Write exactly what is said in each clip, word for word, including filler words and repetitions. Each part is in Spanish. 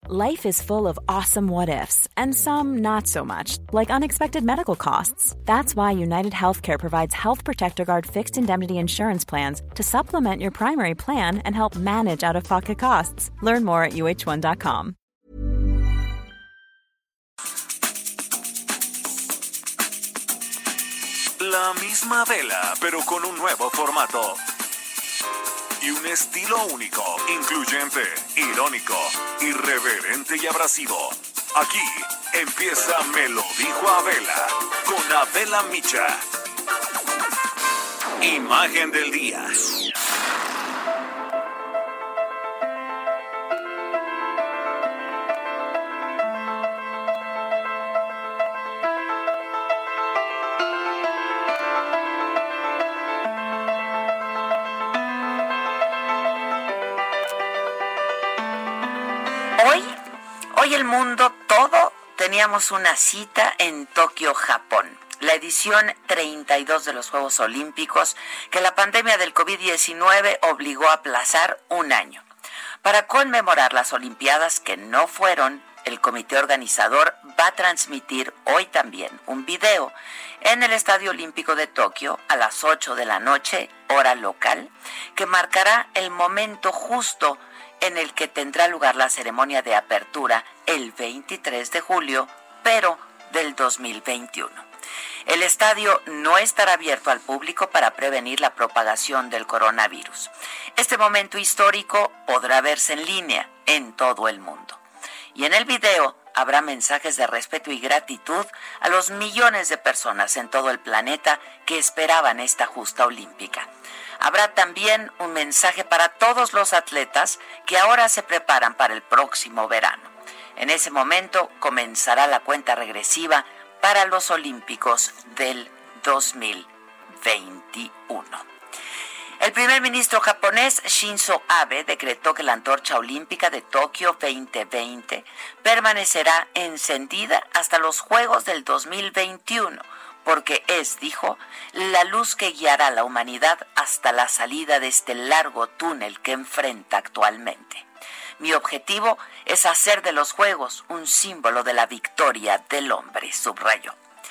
Life is full of awesome what-ifs, and some not so much, like unexpected medical costs. That's why United Healthcare provides Health Protector Guard fixed indemnity insurance plans to supplement your primary plan and help manage out-of-pocket costs. Learn more at U H one dot com. La misma vela, pero con un nuevo formato. Y un estilo único, incluyente, irónico, irreverente y abrasivo. Aquí empieza Me lo dijo Adela, con Adela Micha. Imagen del día. Hoy, hoy el mundo todo teníamos una cita en Tokio, Japón. La edición treinta y dos de los Juegos Olímpicos que la pandemia del covid diecinueve obligó a aplazar un año. Para conmemorar las Olimpiadas que no fueron, el comité organizador va a transmitir hoy también un video en el Estadio Olímpico de Tokio a las ocho de la noche, hora local, que marcará el momento justo en el que tendrá lugar la ceremonia de apertura el veintitrés de julio, pero del dos mil veintiuno. El estadio no estará abierto al público para prevenir la propagación del coronavirus. Este momento histórico podrá verse en línea en todo el mundo. Y en el video habrá mensajes de respeto y gratitud a los millones de personas en todo el planeta que esperaban esta justa olímpica. Habrá también un mensaje para todos los atletas que ahora se preparan para el próximo verano. En ese momento comenzará la cuenta regresiva para los Olímpicos del dos mil veintiuno. El primer ministro japonés Shinzo Abe decretó que la antorcha olímpica de Tokio veinte veinte permanecerá encendida hasta los Juegos del dos mil veintiuno, porque es, dijo, la luz que guiará a la humanidad hasta la salida de este largo túnel que enfrenta actualmente. Mi objetivo es hacer de los Juegos un símbolo de la victoria del hombre, subrayó.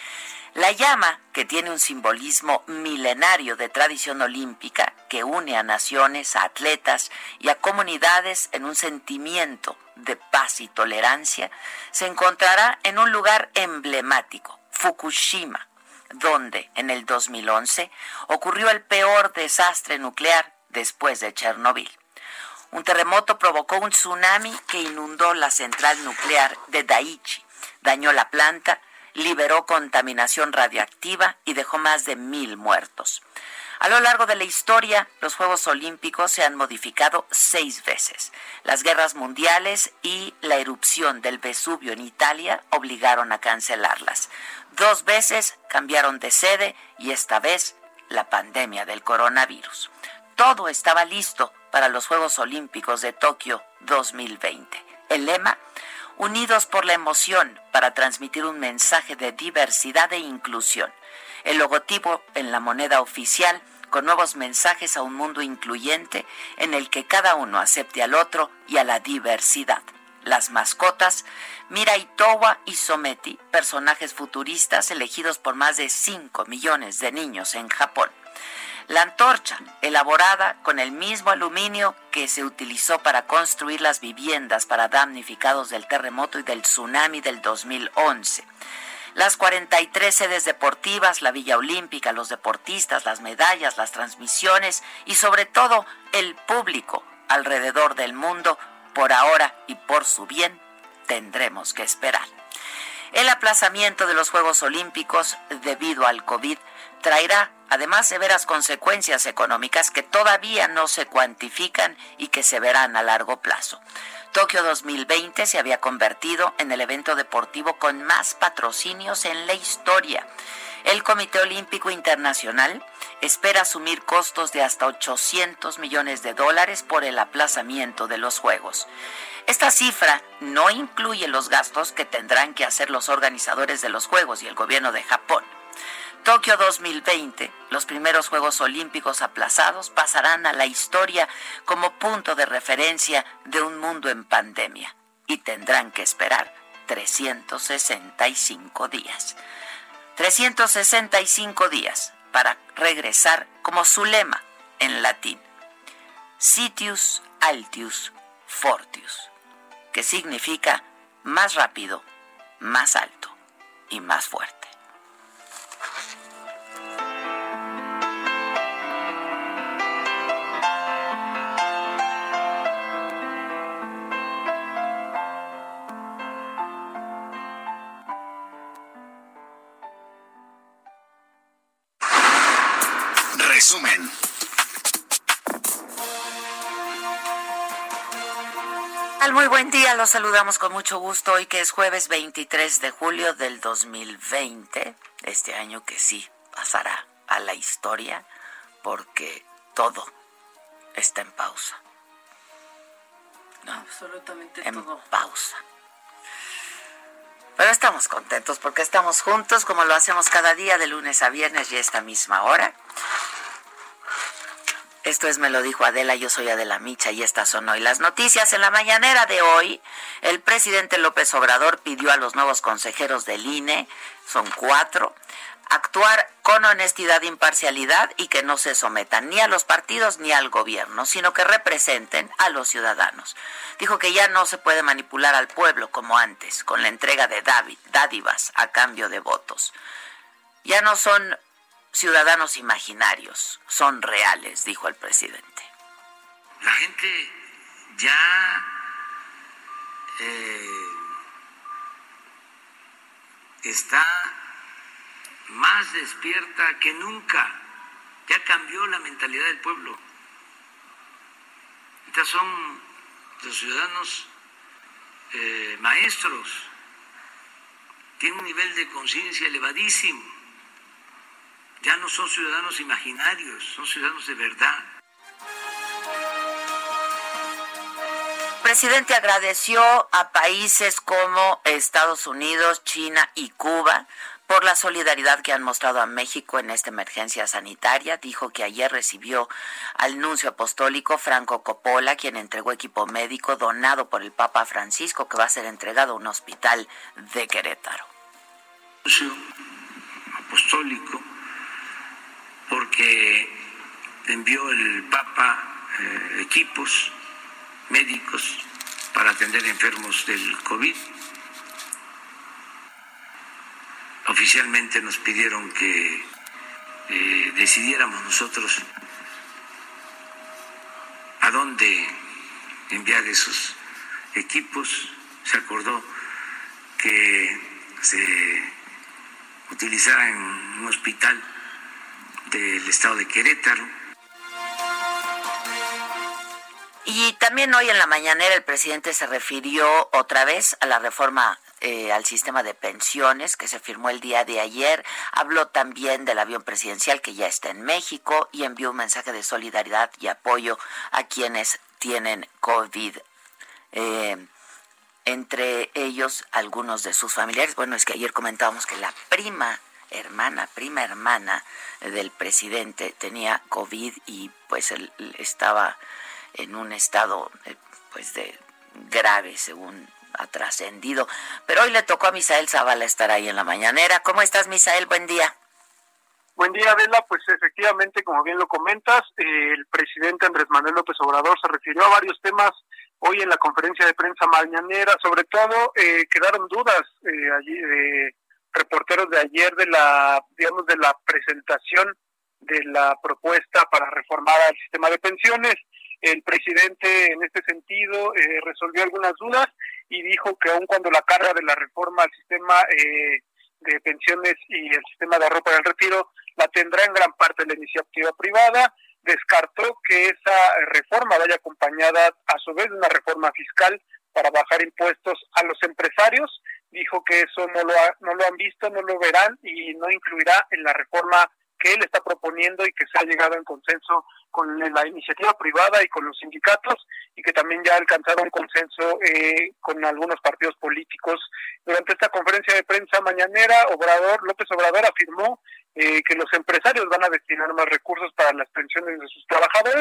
La llama, que tiene un simbolismo milenario de tradición olímpica que une a naciones, a atletas y a comunidades en un sentimiento de paz y tolerancia, se encontrará en un lugar emblemático, Fukushima, donde en el dos mil once ocurrió el peor desastre nuclear después de Chernobyl. Un terremoto provocó un tsunami que inundó la central nuclear de Daiichi, dañó la planta, liberó contaminación radiactiva y dejó más de mil muertos. A lo largo de la historia, los Juegos Olímpicos se han modificado seis veces. Las guerras mundiales y la erupción del Vesubio en Italia obligaron a cancelarlas. Dos veces cambiaron de sede y esta vez la pandemia del coronavirus. Todo estaba listo para los Juegos Olímpicos de Tokio dos mil veinte. El lema: unidos por la emoción, para transmitir un mensaje de diversidad e inclusión. El logotipo en la moneda oficial, con nuevos mensajes a un mundo incluyente en el que cada uno acepte al otro y a la diversidad. Las mascotas, Mirai Towa y Someti, personajes futuristas elegidos por más de cinco millones de niños en Japón. La antorcha, elaborada con el mismo aluminio que se utilizó para construir las viviendas para damnificados del terremoto y del tsunami del dos mil once. Las cuarenta y tres sedes deportivas, la Villa Olímpica, los deportistas, las medallas, las transmisiones y sobre todo el público alrededor del mundo, por ahora y por su bien, tendremos que esperar. El aplazamiento de los Juegos Olímpicos debido al COVID traerá además severas consecuencias económicas que todavía no se cuantifican y que se verán a largo plazo. Tokio dos mil veinte se había convertido en el evento deportivo con más patrocinios en la historia. El Comité Olímpico Internacional espera asumir costos de hasta ochocientos millones de dólares por el aplazamiento de los Juegos. Esta cifra no incluye los gastos que tendrán que hacer los organizadores de los Juegos y el gobierno de Japón. Tokio dos mil veinte, los primeros Juegos Olímpicos aplazados, pasarán a la historia como punto de referencia de un mundo en pandemia. y tendrán que esperar trescientos sesenta y cinco días. trescientos sesenta y cinco días para regresar como su lema en latín, Citius Altius Fortius, que significa más rápido, más alto y más fuerte. Resumen. Muy buen día, los saludamos con mucho gusto hoy que es jueves veintitrés de julio del dos mil veinte, este año que sí pasará a la historia porque todo está en pausa. ¿No? Absolutamente en todo. pausa. Pero estamos contentos porque estamos juntos como lo hacemos cada día de lunes a viernes y a esta misma hora. Esto es Me lo dijo Adela, yo soy Adela Micha y estas son hoy las noticias. En la mañanera de hoy, el presidente López Obrador pidió a los nuevos consejeros del I N E, son cuatro, actuar con honestidad e imparcialidad y que no se sometan ni a los partidos ni al gobierno, sino que representen a los ciudadanos. Dijo que ya no se puede manipular al pueblo como antes, con la entrega de dádivas a cambio de votos. Ya no son ciudadanos imaginarios, son reales, dijo el presidente. La gente ya eh, está más despierta que nunca, ya cambió la mentalidad del pueblo. Estos son los ciudadanos eh, maestros, tienen un nivel de conciencia elevadísimo. Ya no son ciudadanos imaginarios, son ciudadanos de verdad. El presidente agradeció a países como Estados Unidos, China y Cuba por la solidaridad que han mostrado a México en esta emergencia sanitaria. Dijo que ayer recibió al nuncio apostólico Franco Coppola, quien entregó equipo médico donado por el Papa Francisco, que va a ser entregado a un hospital de Querétaro. Nuncio apostólico, porque envió el Papa eh, equipos médicos para atender enfermos del COVID. Oficialmente nos pidieron que eh, decidiéramos nosotros a dónde enviar esos equipos. Se acordó que se utilizara en un hospital del estado de Querétaro. Y también hoy en la mañanera el presidente se refirió otra vez a la reforma eh, al sistema de pensiones que se firmó el día de ayer. Habló también del avión presidencial que ya está en México y envió un mensaje de solidaridad y apoyo a quienes tienen COVID. Eh, entre ellos algunos de sus familiares. Bueno, es que ayer comentábamos que la prima hermana, prima hermana del presidente tenía COVID y pues él estaba en un estado pues de grave, según ha trascendido. Pero hoy le tocó a Misael Zavala estar ahí en la mañanera. ¿Cómo estás, Misael? Buen día. Buen día, Adela. Pues efectivamente, como bien lo comentas, eh, el presidente Andrés Manuel López Obrador se refirió a varios temas hoy en la conferencia de prensa mañanera. Sobre todo, eh, quedaron dudas eh, allí de eh, reporteros de ayer de la, digamos, de la presentación de la propuesta para reformar el sistema de pensiones. El presidente, en este sentido, eh, resolvió algunas dudas y dijo que aun cuando la carga de la reforma al sistema eh, de pensiones y el sistema de ahorro para el retiro la tendrá en gran parte la iniciativa privada, descartó que esa reforma vaya acompañada a su vez de una reforma fiscal para bajar impuestos a los empresarios. Dijo que eso no lo ha, no lo han visto, no lo verán y no incluirá en la reforma que él está proponiendo y que se ha llegado en consenso con la iniciativa privada y con los sindicatos, y que también ya ha alcanzado un consenso eh, con algunos partidos políticos. Durante esta conferencia de prensa mañanera, Obrador, López Obrador afirmó eh, que los empresarios van a destinar más recursos para las pensiones de sus trabajadores,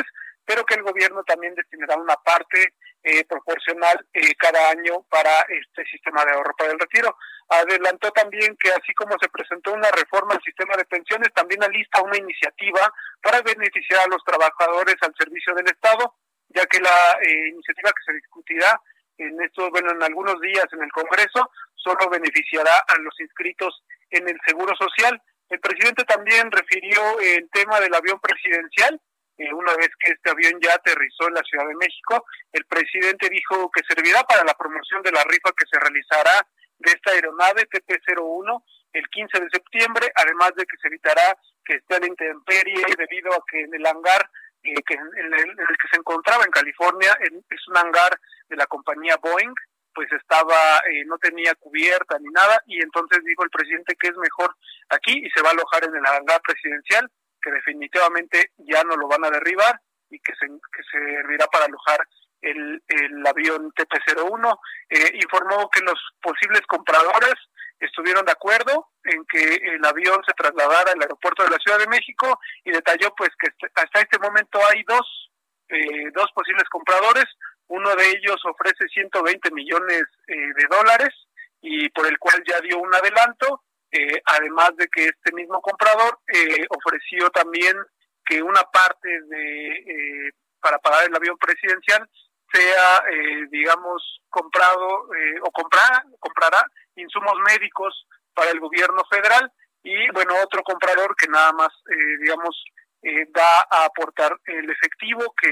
pero que el gobierno también destinará una parte eh, proporcional eh, cada año para este sistema de ahorro para el retiro. Adelantó también que así como se presentó una reforma al sistema de pensiones, también alista una iniciativa para beneficiar a los trabajadores al servicio del Estado, ya que la eh, iniciativa que se discutirá en estos, bueno, en algunos días en el Congreso, solo beneficiará a los inscritos en el Seguro Social. El presidente también refirió el tema del avión presidencial. Eh, una vez que este avión ya aterrizó en la Ciudad de México, el presidente dijo que servirá para la promoción de la rifa que se realizará de esta aeronave T P cero uno el quince de septiembre, además de que se evitará que esté a la intemperie debido a que en el hangar eh, que en el, en el que se encontraba en California, en, es un hangar de la compañía Boeing, pues estaba, eh, no tenía cubierta ni nada, y entonces dijo el presidente que es mejor aquí y se va a alojar en el hangar presidencial, que definitivamente ya no lo van a derribar y que se que servirá para alojar el, el avión T P cero uno. Eh, informó que los posibles compradores estuvieron de acuerdo en que el avión se trasladara al aeropuerto de la Ciudad de México y detalló pues que hasta este momento hay dos, eh, dos posibles compradores. Uno de ellos ofrece ciento veinte millones eh, de dólares y por el cual ya dio un adelanto. Eh, además de que este mismo comprador eh, ofreció también que una parte de eh, para pagar el avión presidencial sea, eh, digamos, comprado eh, o comprar, comprará insumos médicos para el gobierno federal, y bueno, otro comprador que nada más, eh, digamos, eh, da a aportar el efectivo, que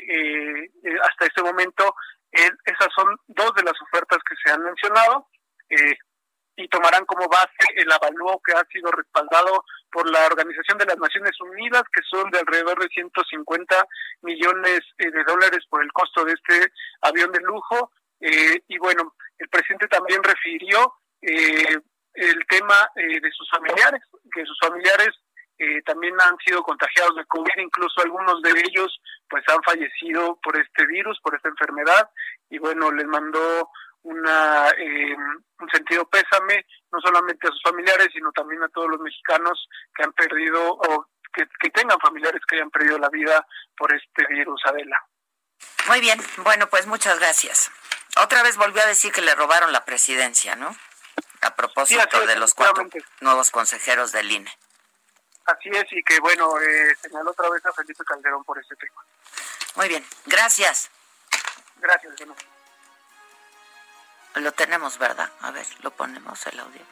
eh, eh, hasta este momento eh, esas son dos de las ofertas que se han mencionado, eh, y tomarán como base el avalúo que ha sido respaldado por la Organización de las Naciones Unidas, que son de alrededor de ciento cincuenta millones eh, de dólares por el costo de este avión de lujo. Eh, y bueno, el presidente también refirió eh, el tema eh, de sus familiares, que sus familiares eh, también han sido contagiados de COVID, incluso algunos de ellos pues han fallecido por este virus, por esta enfermedad, y bueno, les mandó una eh, un sentido pésame, no solamente a sus familiares, sino también a todos los mexicanos que han perdido o que, que tengan familiares que hayan perdido la vida por este virus, Adela. Muy bien, bueno, pues muchas gracias. Otra vez volvió a decir que le robaron la presidencia, ¿no? A propósito sí, es, de los cuatro nuevos consejeros del I N E. Así es, y que bueno, eh, señaló otra vez a Felipe Calderón por este tema. Muy bien, gracias. Gracias, de nuevo. Lo tenemos, ¿verdad? A ver, lo ponemos el audio.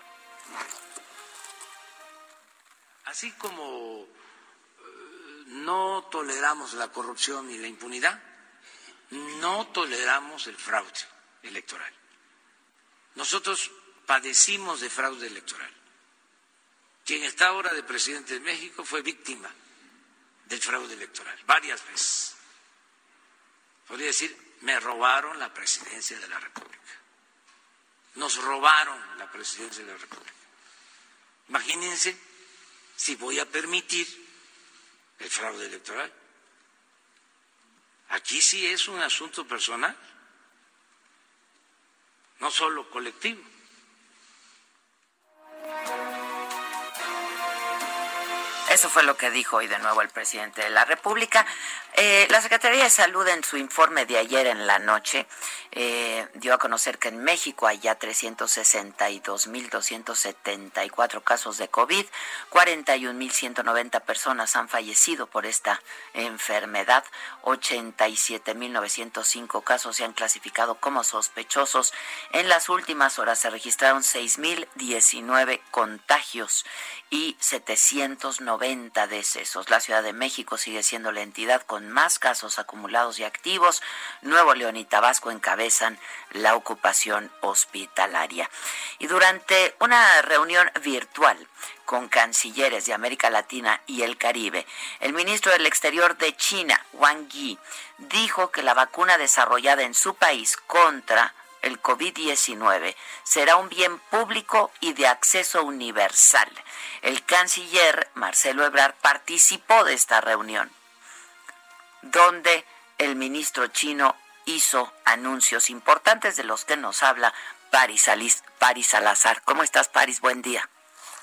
Así como eh, no toleramos la corrupción y la impunidad, no toleramos el fraude electoral. Nosotros padecimos de fraude electoral. Quien está ahora de presidente de México fue víctima del fraude electoral varias veces. Podría decir, me robaron la presidencia de la República. Nos robaron la presidencia de la República. Imagínense si voy a permitir el fraude electoral. Aquí sí es un asunto personal, no solo colectivo. Eso fue lo que dijo hoy de nuevo el presidente de la República. Eh, la Secretaría de Salud, en su informe de ayer en la noche, eh, dio a conocer que en México hay ya trescientos sesenta y dos mil doscientos setenta y cuatro casos de COVID, cuarenta y un mil ciento noventa personas han fallecido por esta enfermedad, ochenta y siete mil novecientos cinco casos se han clasificado como sospechosos. En las últimas horas se registraron seis mil diecinueve contagios y setecientos noventa decesos. La Ciudad de México sigue siendo la entidad con más casos acumulados y activos. Nuevo León y Tabasco encabezan la ocupación hospitalaria. Y durante una reunión virtual con cancilleres de América Latina y el Caribe, el ministro del Exterior de China, Wang Yi, dijo que la vacuna desarrollada en su país contra el COVID diecinueve será un bien público y de acceso universal. El canciller Marcelo Ebrard participó de esta reunión, donde el ministro chino hizo anuncios importantes de los que nos habla Paris, Paris Salazar. ¿Cómo estás, Paris? Buen día.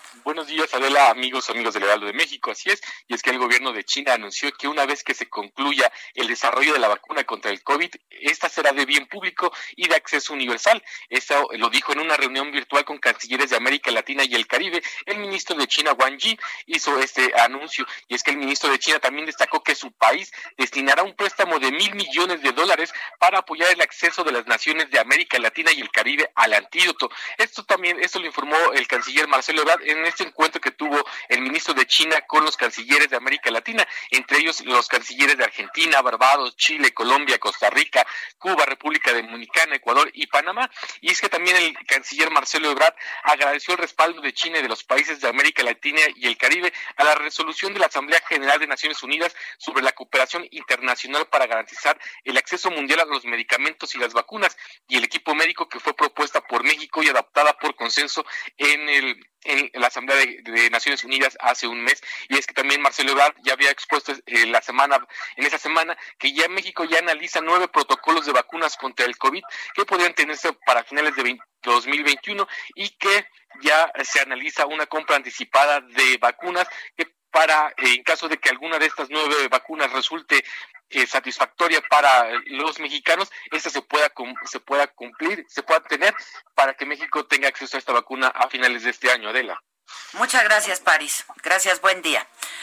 Buenos días, Adela, amigos, amigos del Heraldo de México. Así es, y es que el gobierno de China anunció que una vez que se concluya el desarrollo de la vacuna contra el COVID, esta será de bien público y de acceso universal. Eso lo dijo en una reunión virtual con cancilleres de América Latina y el Caribe. El ministro de China, Wang Yi, hizo este anuncio, y es que el ministro de China también destacó que su país destinará un préstamo de mil millones de dólares para apoyar el acceso de las naciones de América Latina y el Caribe al antídoto. Esto también, esto lo informó el canciller Marcelo Ebrard en este encuentro que tuvo el ministro de China con los cancilleres de América Latina, entre ellos los cancilleres de Argentina, Barbados, Chile, Colombia, Costa Rica, Cuba, República Dominicana, Ecuador y Panamá. Y es que también el canciller Marcelo Ebrard agradeció el respaldo de China y de los países de América Latina y el Caribe a la resolución de la Asamblea General de Naciones Unidas sobre la cooperación internacional para garantizar el acceso mundial a los medicamentos y las vacunas, y el equipo médico que fue propuesta por México y adaptada por consenso en el en la Asamblea de, de Naciones Unidas hace un mes. Y es que también Marcelo Ebrard ya había expuesto eh, la semana en esa semana que ya México ya analiza nueve protocolos de vacunas contra el COVID que podrían tenerse para finales de dos mil veintiuno, y que ya se analiza una compra anticipada de vacunas que para, eh, en caso de que alguna de estas nueve vacunas resulte eh, satisfactoria para los mexicanos, esta se pueda se pueda cumplir, se pueda tener para que México tenga acceso a esta vacuna a finales de este año, Adela. Muchas gracias, París. Gracias, buen día.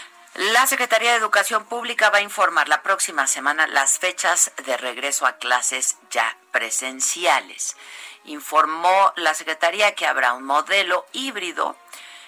La Secretaría de Educación Pública va a informar la próxima semana las fechas de regreso a clases ya presenciales. Informó la Secretaría que habrá un modelo híbrido,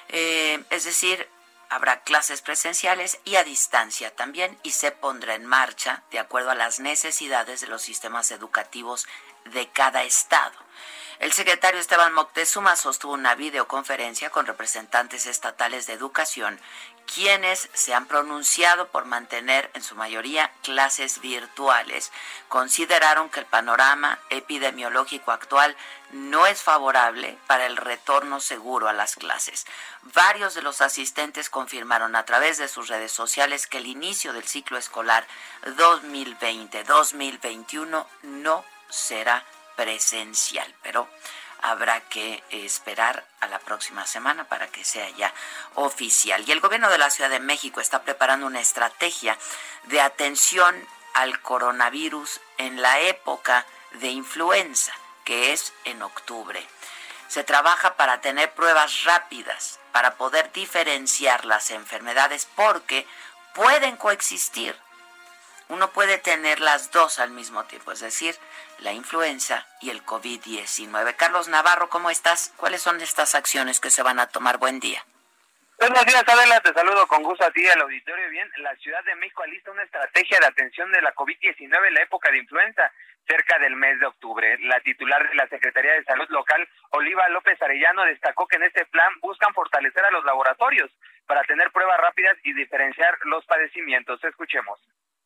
eh, es decir, habrá clases presenciales y a distancia también, y se pondrá en marcha de acuerdo a las necesidades de los sistemas educativos de cada estado. El secretario Esteban Moctezuma sostuvo una videoconferencia con representantes estatales de educación, quienes se han pronunciado por mantener en su mayoría clases virtuales. Consideraron que el panorama epidemiológico actual no es favorable para el retorno seguro a las clases. Varios de los asistentes confirmaron a través de sus redes sociales que el inicio del ciclo escolar dos mil veinte dos mil veintiuno no será presencial, pero habrá que esperar a la próxima semana para que sea ya oficial. Y el gobierno de la Ciudad de México está preparando una estrategia de atención al coronavirus en la época de influenza, que es en octubre. Se trabaja para tener pruebas rápidas, para poder diferenciar las enfermedades, porque pueden coexistir. Uno puede tener las dos al mismo tiempo, es decir, la influenza y el COVID diecinueve. Carlos Navarro, ¿cómo estás? ¿Cuáles son estas acciones que se van a tomar? Buen día. Buenos días, Adela, te saludo con gusto a ti y al auditorio. Bien, la Ciudad de México alista una estrategia de atención de la COVID diecinueve en la época de influenza, cerca del mes de octubre. La titular de la Secretaría de Salud local, Oliva López Arellano, destacó que en este plan buscan fortalecer a los laboratorios para tener pruebas rápidas y diferenciar los padecimientos. Escuchemos.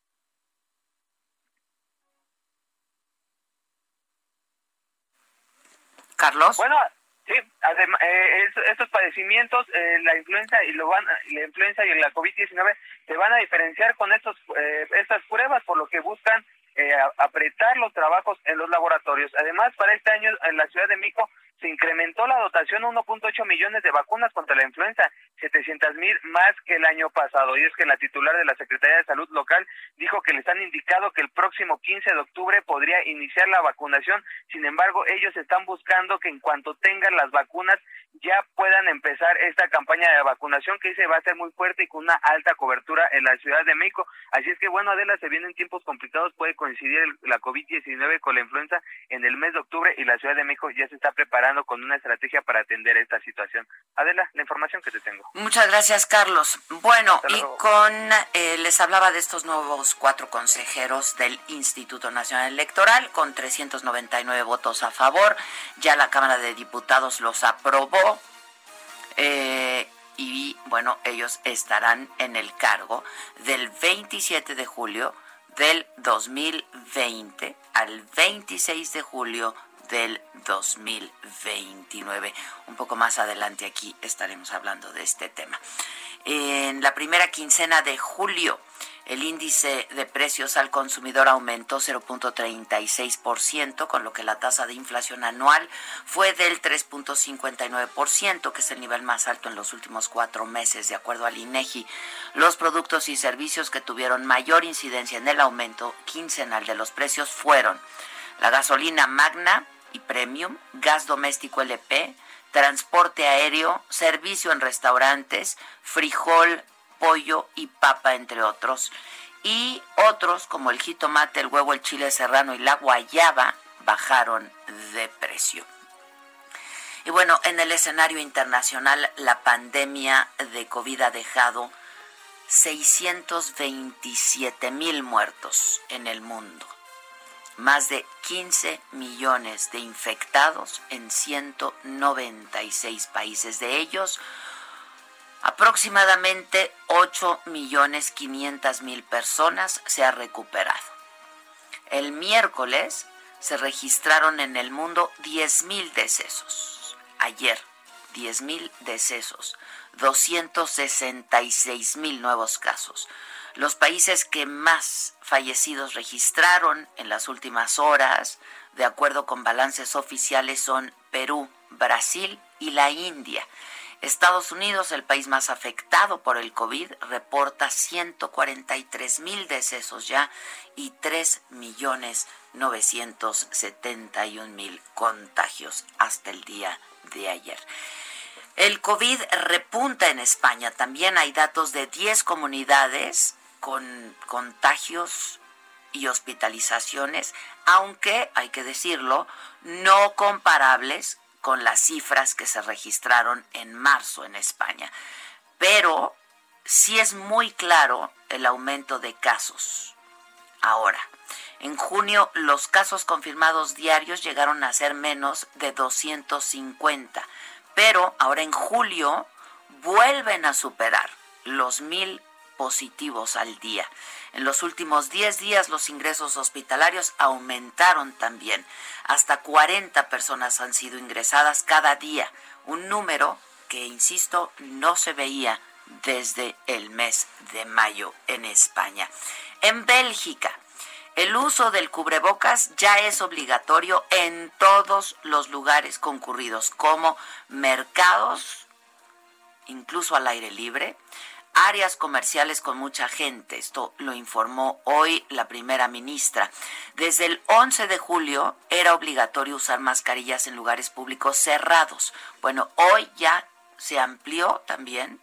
Carlos. Bueno, sí, además, eh, estos padecimientos, eh, la influenza y lo van, la influenza y la COVID diecinueve se van a diferenciar con estos eh, estas pruebas, por lo que buscan eh, apretar los trabajos en los laboratorios. Además, para este año en la Ciudad de México se incrementó la dotación a uno punto ocho millones de vacunas contra la influenza, setecientas mil más que el año pasado. Y es que la titular de la Secretaría de Salud local dijo que les han indicado que el próximo quince de octubre podría iniciar la vacunación. Sin embargo, ellos están buscando que en cuanto tengan las vacunas ya puedan empezar esta campaña de vacunación, que dice va a ser muy fuerte y con una alta cobertura en la Ciudad de México. Así es que, bueno, Adela, se vienen tiempos complicados, puede coincidir el, la COVID diecinueve con la influenza en el mes de octubre, y la Ciudad de México ya se está preparando con una estrategia para atender esta situación. Adela, la información que te tengo. Muchas gracias, Carlos. Bueno, y con eh, les hablaba de estos nuevos cuatro consejeros del Instituto Nacional Electoral, con trescientos noventa y nueve votos a favor. Ya la Cámara de Diputados los aprobó. Eh, y bueno, ellos estarán en el cargo del veintisiete de julio del dos mil veinte al veintiséis de julio del dos mil veintinueve. Un poco más adelante aquí estaremos hablando de este tema. En la primera quincena de julio, El índice de precios al consumidor aumentó cero punto treinta y seis por ciento, con lo que la tasa de inflación anual fue del tres punto cincuenta y nueve por ciento, que es el nivel más alto en los últimos cuatro meses, de acuerdo al INEGI. Los productos y servicios que tuvieron mayor incidencia en el aumento quincenal de los precios fueron la gasolina Magna y Premium, gas doméstico L P, transporte aéreo, servicio en restaurantes, frijol, pollo y papa, entre otros. Y otros, como el jitomate, el huevo, el chile serrano y la guayaba, bajaron de precio. Y bueno, en el escenario internacional, la pandemia de COVID ha dejado seiscientos veintisiete mil muertos en el mundo. Más de quince millones de infectados en ciento noventa y seis países. De ellos, aproximadamente ocho millones quinientas mil personas se han recuperado. El miércoles se registraron en el mundo diez mil decesos. Ayer, diez mil decesos, doscientos sesenta y seis mil nuevos casos. Los países que más fallecidos registraron en las últimas horas, de acuerdo con balances oficiales, son Perú, Brasil y la India. Estados Unidos, el país más afectado por el COVID, reporta ciento cuarenta y tres mil decesos ya y tres millones novecientos setenta y un mil contagios hasta el día de ayer. El COVID repunta en España. También hay datos de diez comunidades con contagios y hospitalizaciones, aunque, hay que decirlo, no comparables con las cifras que se registraron en marzo en España. Pero sí es muy claro el aumento de casos. Ahora, en junio los casos confirmados diarios llegaron a ser menos de doscientos cincuenta, pero ahora en julio vuelven a superar los mil positivos al día. En los últimos diez días los ingresos hospitalarios aumentaron también. Hasta cuarenta personas han sido ingresadas cada día, un número que, insisto, no se veía desde el mes de mayo en España. En Bélgica, el uso del cubrebocas ya es obligatorio en todos los lugares concurridos, como mercados, incluso al aire libre, áreas comerciales con mucha gente. Esto lo informó hoy la primera ministra. Desde el once de julio era obligatorio usar mascarillas en lugares públicos cerrados. Bueno, hoy ya se amplió también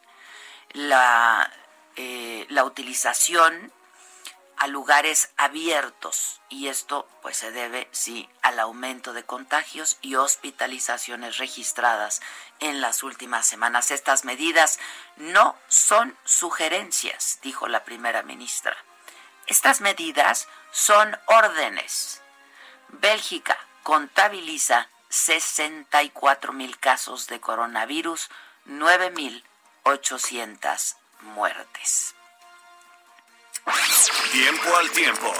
la, eh, la utilización a lugares abiertos, y esto pues se debe, sí, al aumento de contagios y hospitalizaciones registradas en las últimas semanas. Estas medidas no son sugerencias, dijo la primera ministra. Estas medidas son órdenes. Bélgica contabiliza sesenta y cuatro mil casos de coronavirus, nueve mil ochocientas muertes. Tiempo al tiempo.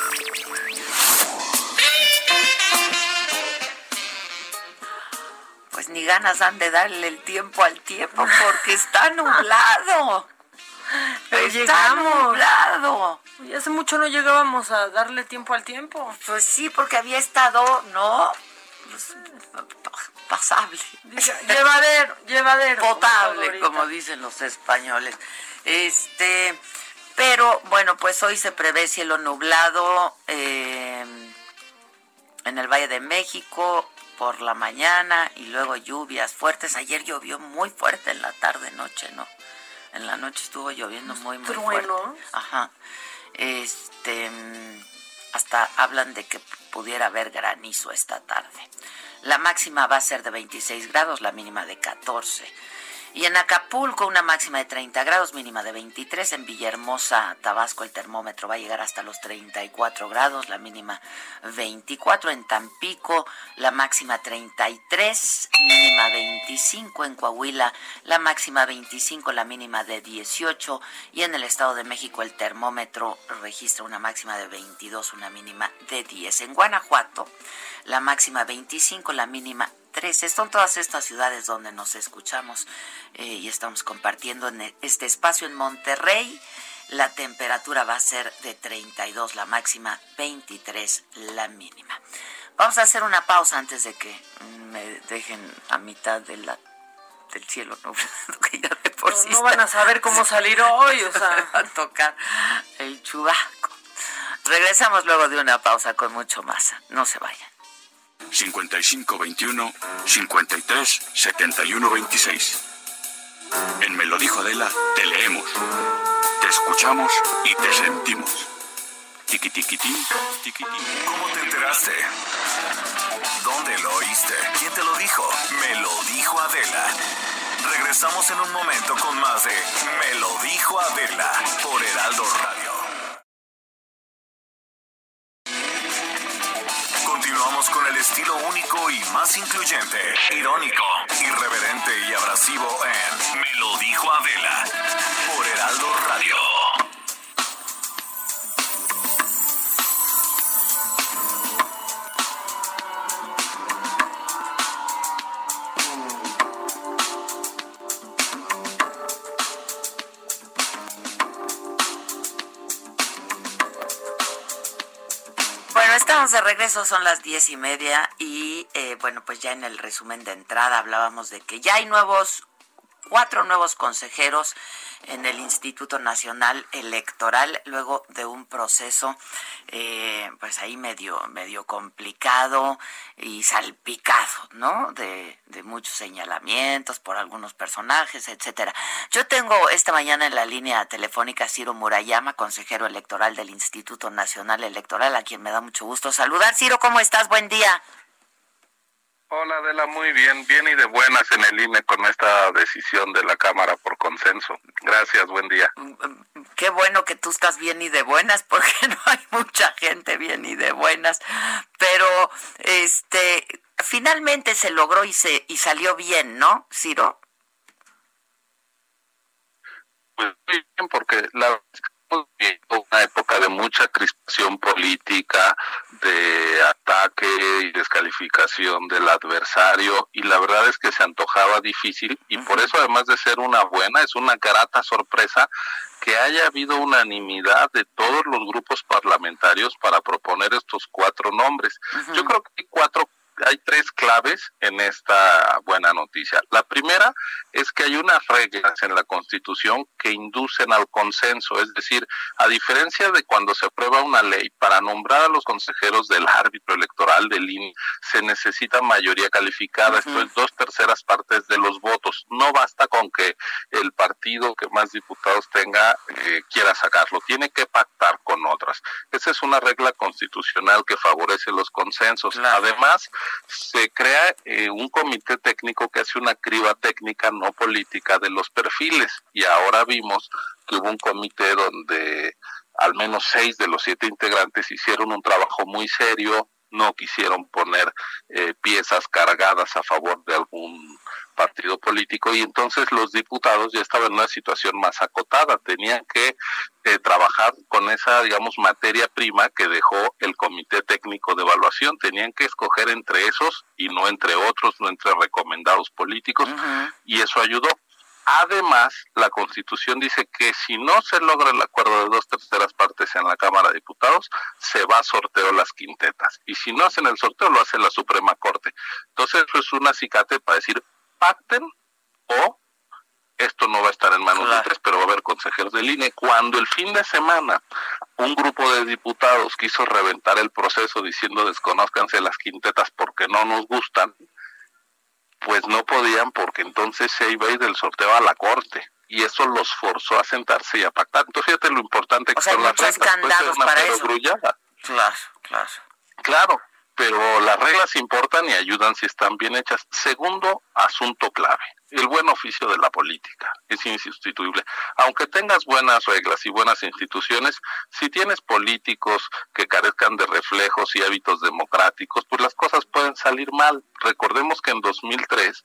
Pues ni ganas han de darle el tiempo al tiempo porque está nublado. Pero está llegamos. nublado. Y hace mucho no llegábamos a darle tiempo al tiempo. Pues sí, porque había estado, ¿no? Pues, pasable. Llevadero, llevadero. Potable, como dicen los españoles. Este... Pero, bueno, pues hoy se prevé cielo nublado eh, en el Valle de México por la mañana y luego lluvias fuertes. Ayer llovió muy fuerte en la tarde-noche, ¿no? En la noche estuvo lloviendo muy, muy fuerte. ¿Truenos? Ajá. Este, hasta hablan de que pudiera haber granizo esta tarde. La máxima va a ser de veintiséis grados, la mínima de catorce. Y en Acapulco una máxima de treinta grados, mínima de veintitrés. En Villahermosa, Tabasco, el termómetro va a llegar hasta los treinta y cuatro grados, la mínima veinticuatro. En Tampico la máxima treinta y tres, mínima veinticinco. En Coahuila la máxima veinticinco, la mínima de dieciocho. Y en el Estado de México el termómetro registra una máxima de veintidós, una mínima de diez. En Guanajuato la máxima veinticinco, la mínima trece. Son todas estas ciudades donde nos escuchamos eh, y estamos compartiendo en este espacio. En Monterrey La temperatura va a ser de treinta y dos la máxima, veintitrés la mínima. Vamos a hacer una pausa antes de que me dejen a mitad de la, del cielo nublado, que ya de por sí no, no van a saber cómo salir hoy, o sea. va a tocar el chubasco. Regresamos luego de una pausa con mucho más. No se vayan. cincuenta y cinco veintiuno, cincuenta y tres, setenta y uno veintiséis. En Me lo dijo Adela, te leemos, te escuchamos y te sentimos. Tiquitiquitín, tiquitín. ¿Cómo te enteraste? ¿Dónde lo oíste? ¿Quién te lo dijo? Me lo dijo Adela. Regresamos en un momento con más de Me lo dijo Adela por Heraldo Radio. Continuamos con el estilo único y más incluyente, irónico, irreverente y abrasivo en Me lo dijo Adela por Heraldo Radio. Bueno, estamos de regreso, son las diez y media y eh, bueno, pues ya en el resumen de entrada hablábamos de que ya hay nuevos, cuatro nuevos consejeros en el Instituto Nacional Electoral, luego de un proceso eh, pues ahí medio, medio complicado y salpicado, ¿no? De, de muchos señalamientos por algunos personajes, etcétera. Yo tengo esta mañana en la línea telefónica a Ciro Murayama, consejero electoral del Instituto Nacional Electoral, a quien me da mucho gusto saludar. Ciro, ¿cómo estás? Buen día. Hola Adela, muy bien, bien y de buenas en el I N E con esta decisión de la Cámara por consenso. Gracias, buen día. Qué bueno que tú estás bien y de buenas, porque no hay mucha gente bien y de buenas, pero este finalmente se logró y se y salió bien, ¿no, Ciro? Pues muy bien, porque la una época de mucha crispación política, de ataque y descalificación del adversario, y la verdad es que se antojaba difícil, y por eso, además de ser una buena, es una grata sorpresa que haya habido unanimidad de todos los grupos parlamentarios para proponer estos cuatro nombres. Uh-huh. Yo creo que hay cuatro Hay tres claves en esta buena noticia. La primera es que hay unas reglas en la Constitución que inducen al consenso, es decir, a diferencia de cuando se aprueba una ley, para nombrar a los consejeros del árbitro electoral del I N E se necesita mayoría calificada, uh-huh. Esto es dos terceras partes de los votos. No basta con que el partido que más diputados tenga eh, quiera sacarlo, tiene que pactar con otras. Esa es una regla constitucional que favorece los consensos. Claro. Además, se crea eh, un comité técnico que hace una criba técnica no política de los perfiles, y ahora vimos que hubo un comité donde al menos seis de los siete integrantes hicieron un trabajo muy serio, no quisieron poner eh, piezas cargadas a favor de algún partido político, y entonces los diputados ya estaban en una situación más acotada, tenían que eh, trabajar con esa, digamos, materia prima que dejó el Comité Técnico de Evaluación, tenían que escoger entre esos y no entre otros, no entre recomendados políticos, uh-huh. Y eso ayudó. Además, la Constitución dice que si no se logra el acuerdo de dos terceras partes en la Cámara de Diputados, se va a sorteo las quintetas, y si no hacen el sorteo, lo hace la Suprema Corte. Entonces, eso es un acicate para decir, pacten o esto no va a estar en manos claro. de tres, pero va a haber consejeros del I N E. Cuando el fin de semana un grupo de diputados quiso reventar el proceso diciendo desconózcanse las quintetas porque no nos gustan, pues no podían, porque entonces se iba a ir del sorteo a la Corte, y eso los forzó a sentarse y a pactar. Entonces fíjate lo importante que o sea, son las reglas. Candados para eso. Grullada. Claro, claro. Claro, pero las reglas importan y ayudan si están bien hechas. Segundo asunto clave, el buen oficio de la política es insustituible. Aunque tengas buenas reglas y buenas instituciones, si tienes políticos que carezcan de reflejos y hábitos democráticos, pues las cosas pueden salir mal. Recordemos que en dos mil tres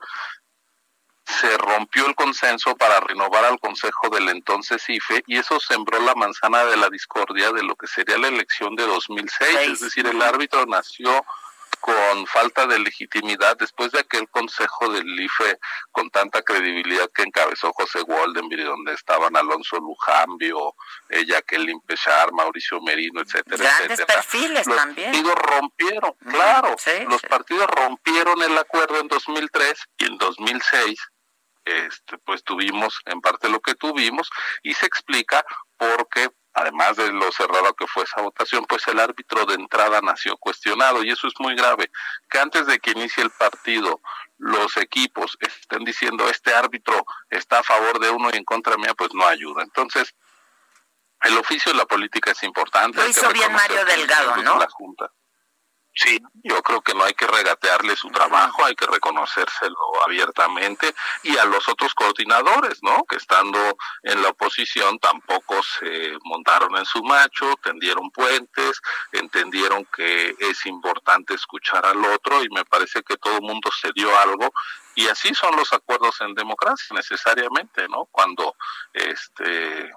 se rompió el consenso para renovar al Consejo del entonces I F E, y eso sembró la manzana de la discordia de lo que sería la elección de dos mil seis, Seis. Es decir, el árbitro nació con falta de legitimidad después de aquel consejo del I F E con tanta credibilidad que encabezó José Goldenberg, donde estaban Alonso Lujambio, eh, Jacqueline Pechar, Mauricio Merino, etcétera, Grandes etcétera. perfiles los también. Los partidos rompieron, uh-huh. claro, sí, los sí. partidos rompieron el acuerdo en dos mil tres y en dos mil seis este, pues tuvimos en parte lo que tuvimos, y se explica porque además de lo cerrado que fue esa votación, pues el árbitro de entrada nació cuestionado, y eso es muy grave, que antes de que inicie el partido los equipos estén diciendo este árbitro está a favor de uno y en contra mía, pues no ayuda. Entonces, el oficio de la política es importante. Lo hizo bien Mario Delgado, ¿no? La Junta. Sí, yo creo que no hay que regatearle su trabajo, hay que reconocérselo abiertamente, y a los otros coordinadores, ¿no? Que estando en la oposición tampoco se montaron en su macho, tendieron puentes, entendieron que es importante escuchar al otro, y me parece que todo el mundo se dio algo, y así son los acuerdos en democracia necesariamente, ¿no? Cuando este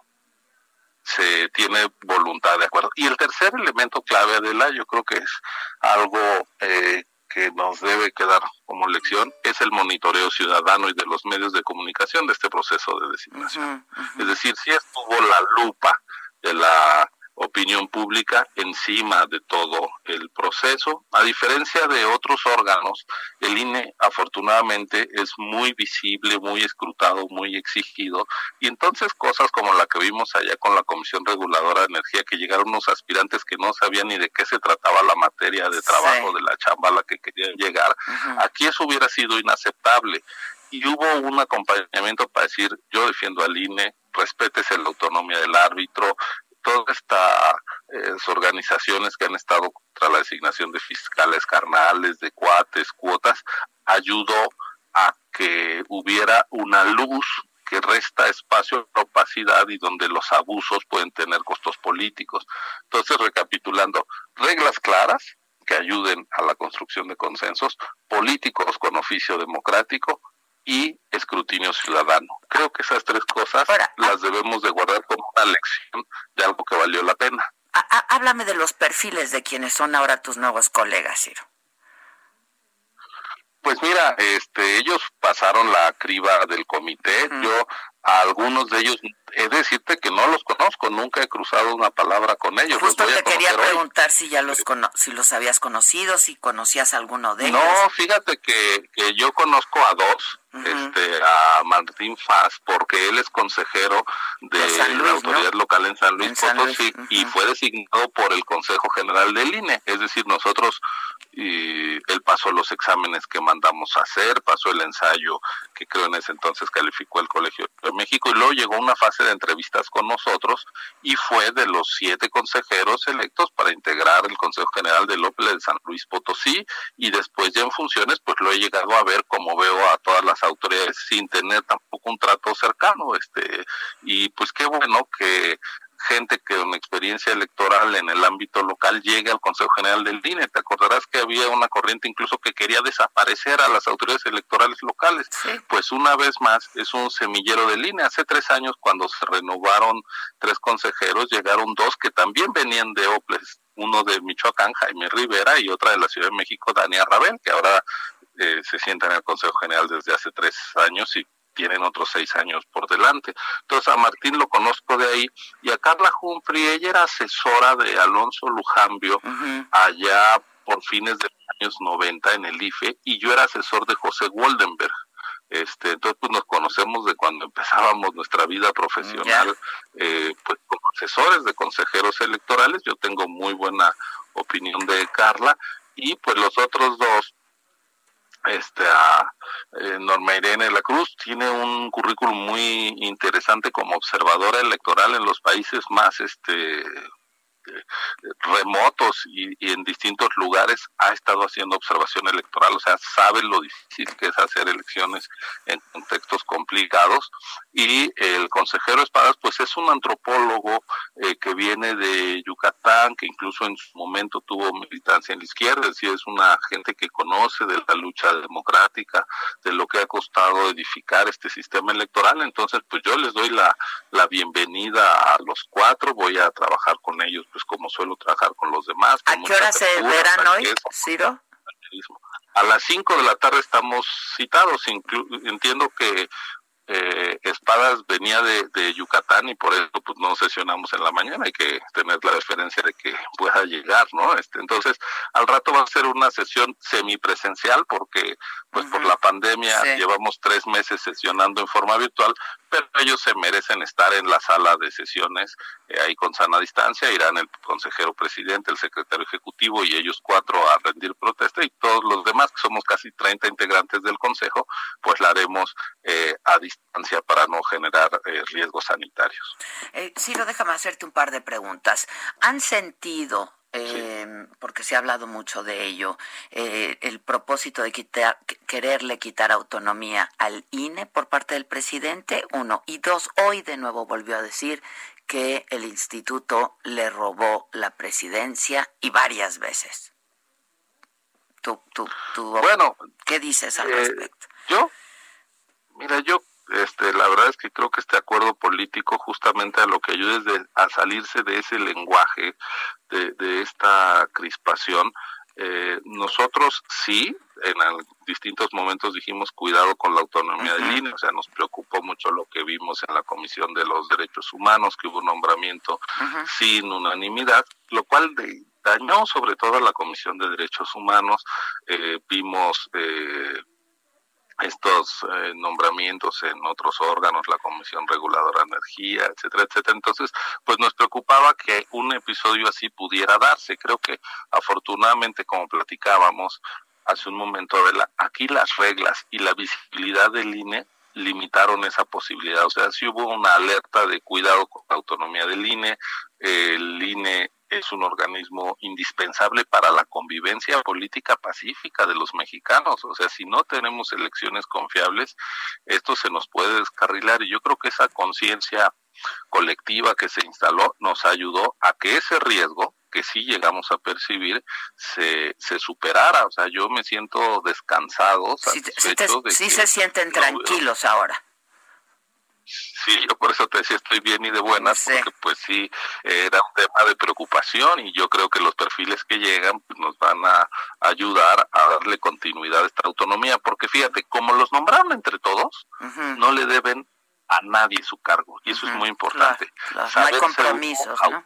se tiene voluntad de acuerdo. Y el tercer elemento clave, Adela, yo creo que es algo eh, que nos debe quedar como lección, es el monitoreo ciudadano y de los medios de comunicación de este proceso de designación. Uh-huh, uh-huh. Es decir, si estuvo la lupa de la opinión pública encima de todo el proceso. A diferencia de otros órganos, el I N E afortunadamente es muy visible, muy escrutado, muy exigido, y entonces cosas como la que vimos allá con la Comisión Reguladora de Energía, que llegaron unos aspirantes que no sabían ni de qué se trataba la materia de trabajo, sí. de la chamba a la que querían llegar, uh-huh. aquí eso hubiera sido inaceptable. Y hubo un acompañamiento para decir, yo defiendo al I N E, respétese la autonomía del árbitro, todas estas eh, organizaciones que han estado contra la designación de fiscales carnales, de cuates, cuotas, ayudó a que hubiera una luz que resta espacio a la opacidad y donde los abusos pueden tener costos políticos. Entonces, recapitulando, reglas claras que ayuden a la construcción de consensos, políticos con oficio democrático y escrutinio ciudadano. Creo que esas tres cosas Ahora, las debemos de guardar como una lección de algo que valió la pena. A, a, háblame de los perfiles de quienes son ahora tus nuevos colegas, Ciro. Pues mira, este, ellos pasaron la criba del comité. Mm. Yo a algunos de ellos, he de decirte que no los conozco, nunca he cruzado una palabra con ellos. Justo los voy te a quería preguntar hoy. si ya los cono- si los habías conocido, si conocías a alguno de no, ellos. No, fíjate que, que yo conozco a dos, uh-huh. este, a Martín Faz, porque él es consejero de, de Luis, la autoridad ¿no? local en San Luis en Potosí, San Luis. Uh-huh. y fue designado por el Consejo General del I N E, es decir, nosotros, y él pasó los exámenes que mandamos a hacer, pasó el ensayo que creo en ese entonces calificó el Colegio de México, y luego llegó una fase de entrevistas con nosotros, y fue de los siete consejeros electos para integrar el Consejo General del O P L E de San Luis Potosí, y después ya en funciones, pues lo he llegado a ver como veo a todas las autoridades, sin tener tampoco un trato cercano, este y pues qué bueno que gente que con experiencia electoral en el ámbito local llegue al Consejo General del I N E. Te acordarás que había una corriente incluso que quería desaparecer a las autoridades electorales locales. Sí. Pues una vez más es un semillero del I N E. Hace tres años, cuando se renovaron tres consejeros, llegaron dos que también venían de O P L E S, uno de Michoacán, Jaime Rivera, y otra de la Ciudad de México, Dania Rabel, que ahora eh, se sienta en el Consejo General desde hace tres años y tienen otros seis años por delante. Entonces a Martín lo conozco de ahí, y a Carla Humphrey, ella era asesora de Alonso Lujambio, uh-huh. allá por fines de los años noventa en el I F E, y yo era asesor de José Goldenberg. Este, entonces pues nos conocemos de cuando empezábamos nuestra vida profesional, yeah. eh, pues como asesores de consejeros electorales. Yo tengo muy buena opinión de Carla, y pues los otros dos, este a eh, Norma Irene de la Cruz, tiene un currículum muy interesante como observadora electoral en los países más este remotos y, y en distintos lugares ha estado haciendo observación electoral, o sea, sabe lo difícil que es hacer elecciones en contextos complicados. Y el consejero Espadas, pues es un antropólogo eh, que viene de Yucatán, que incluso en su momento tuvo militancia en la izquierda, es decir, es una gente que conoce de la lucha democrática, de lo que ha costado edificar este sistema electoral. Entonces, pues yo les doy la, la bienvenida a los cuatro, voy a trabajar con ellos pues como suelo trabajar con los demás. ¿A qué hora se verán hoy, Ciro? partidismo. A las cinco de la tarde estamos citados, inclu- entiendo que Eh, Espadas venía de, de Yucatán y por eso pues no sesionamos en la mañana, hay que tener la referencia de que pueda llegar, ¿no? Este, entonces, al rato va a ser una sesión semipresencial porque pues uh-huh. por la pandemia sí. llevamos tres meses sesionando en forma virtual, pero ellos se merecen estar en la sala de sesiones eh, ahí con sana distancia, irán el consejero presidente, el secretario ejecutivo y ellos cuatro a rendir protesta y todos los demás, que somos casi treinta integrantes del consejo, pues la haremos eh, a distancia para no generar eh, riesgos sanitarios. Eh, Ciro, déjame hacerte un par de preguntas. ¿Han sentido, eh, sí. porque se ha hablado mucho de ello, eh, el propósito de quitar, quererle quitar autonomía al I N E por parte del presidente? Uno. Y dos, hoy de nuevo volvió a decir que el instituto le robó la presidencia y varias veces. Tú, tú, tú, bueno, ¿qué dices al eh, respecto? Yo, mira, yo Este, la verdad es que creo que este acuerdo político justamente a lo que ayuda es de, a salirse de ese lenguaje, de, de esta crispación. Eh, nosotros sí, en el, distintos momentos dijimos cuidado con la autonomía uh-huh. del I N E, o sea, nos preocupó mucho lo que vimos en la Comisión de los Derechos Humanos, que hubo un nombramiento uh-huh. sin unanimidad, lo cual de, dañó sobre todo a la Comisión de Derechos Humanos. Eh, vimos eh, estos eh, nombramientos en otros órganos, la Comisión Reguladora de Energía, etcétera, etcétera. Entonces, pues nos preocupaba que un episodio así pudiera darse. Creo que afortunadamente, como platicábamos hace un momento, Adela, aquí las reglas y la visibilidad del I N E limitaron esa posibilidad. O sea, sí hubo una alerta de cuidado con la autonomía del I N E. El I N E es un organismo indispensable para la convivencia política pacífica de los mexicanos. O sea, si no tenemos elecciones confiables, esto se nos puede descarrilar. Y yo creo que esa conciencia colectiva que se instaló nos ayudó a que ese riesgo, que sí llegamos a percibir, se, se superara. O sea, yo me siento descansado, satisfecho. Sí, te, de sí que se sienten no, tranquilos ahora. Sí, yo por eso te decía estoy bien y de buenas, sí. porque pues sí, era un tema de preocupación y yo creo que los perfiles que llegan pues, nos van a ayudar a darle continuidad a esta autonomía, porque fíjate, como los nombraron entre todos, uh-huh. no le deben a nadie su cargo, y eso uh-huh. es muy importante. Claro, claro. No hay compromisos, ¿no?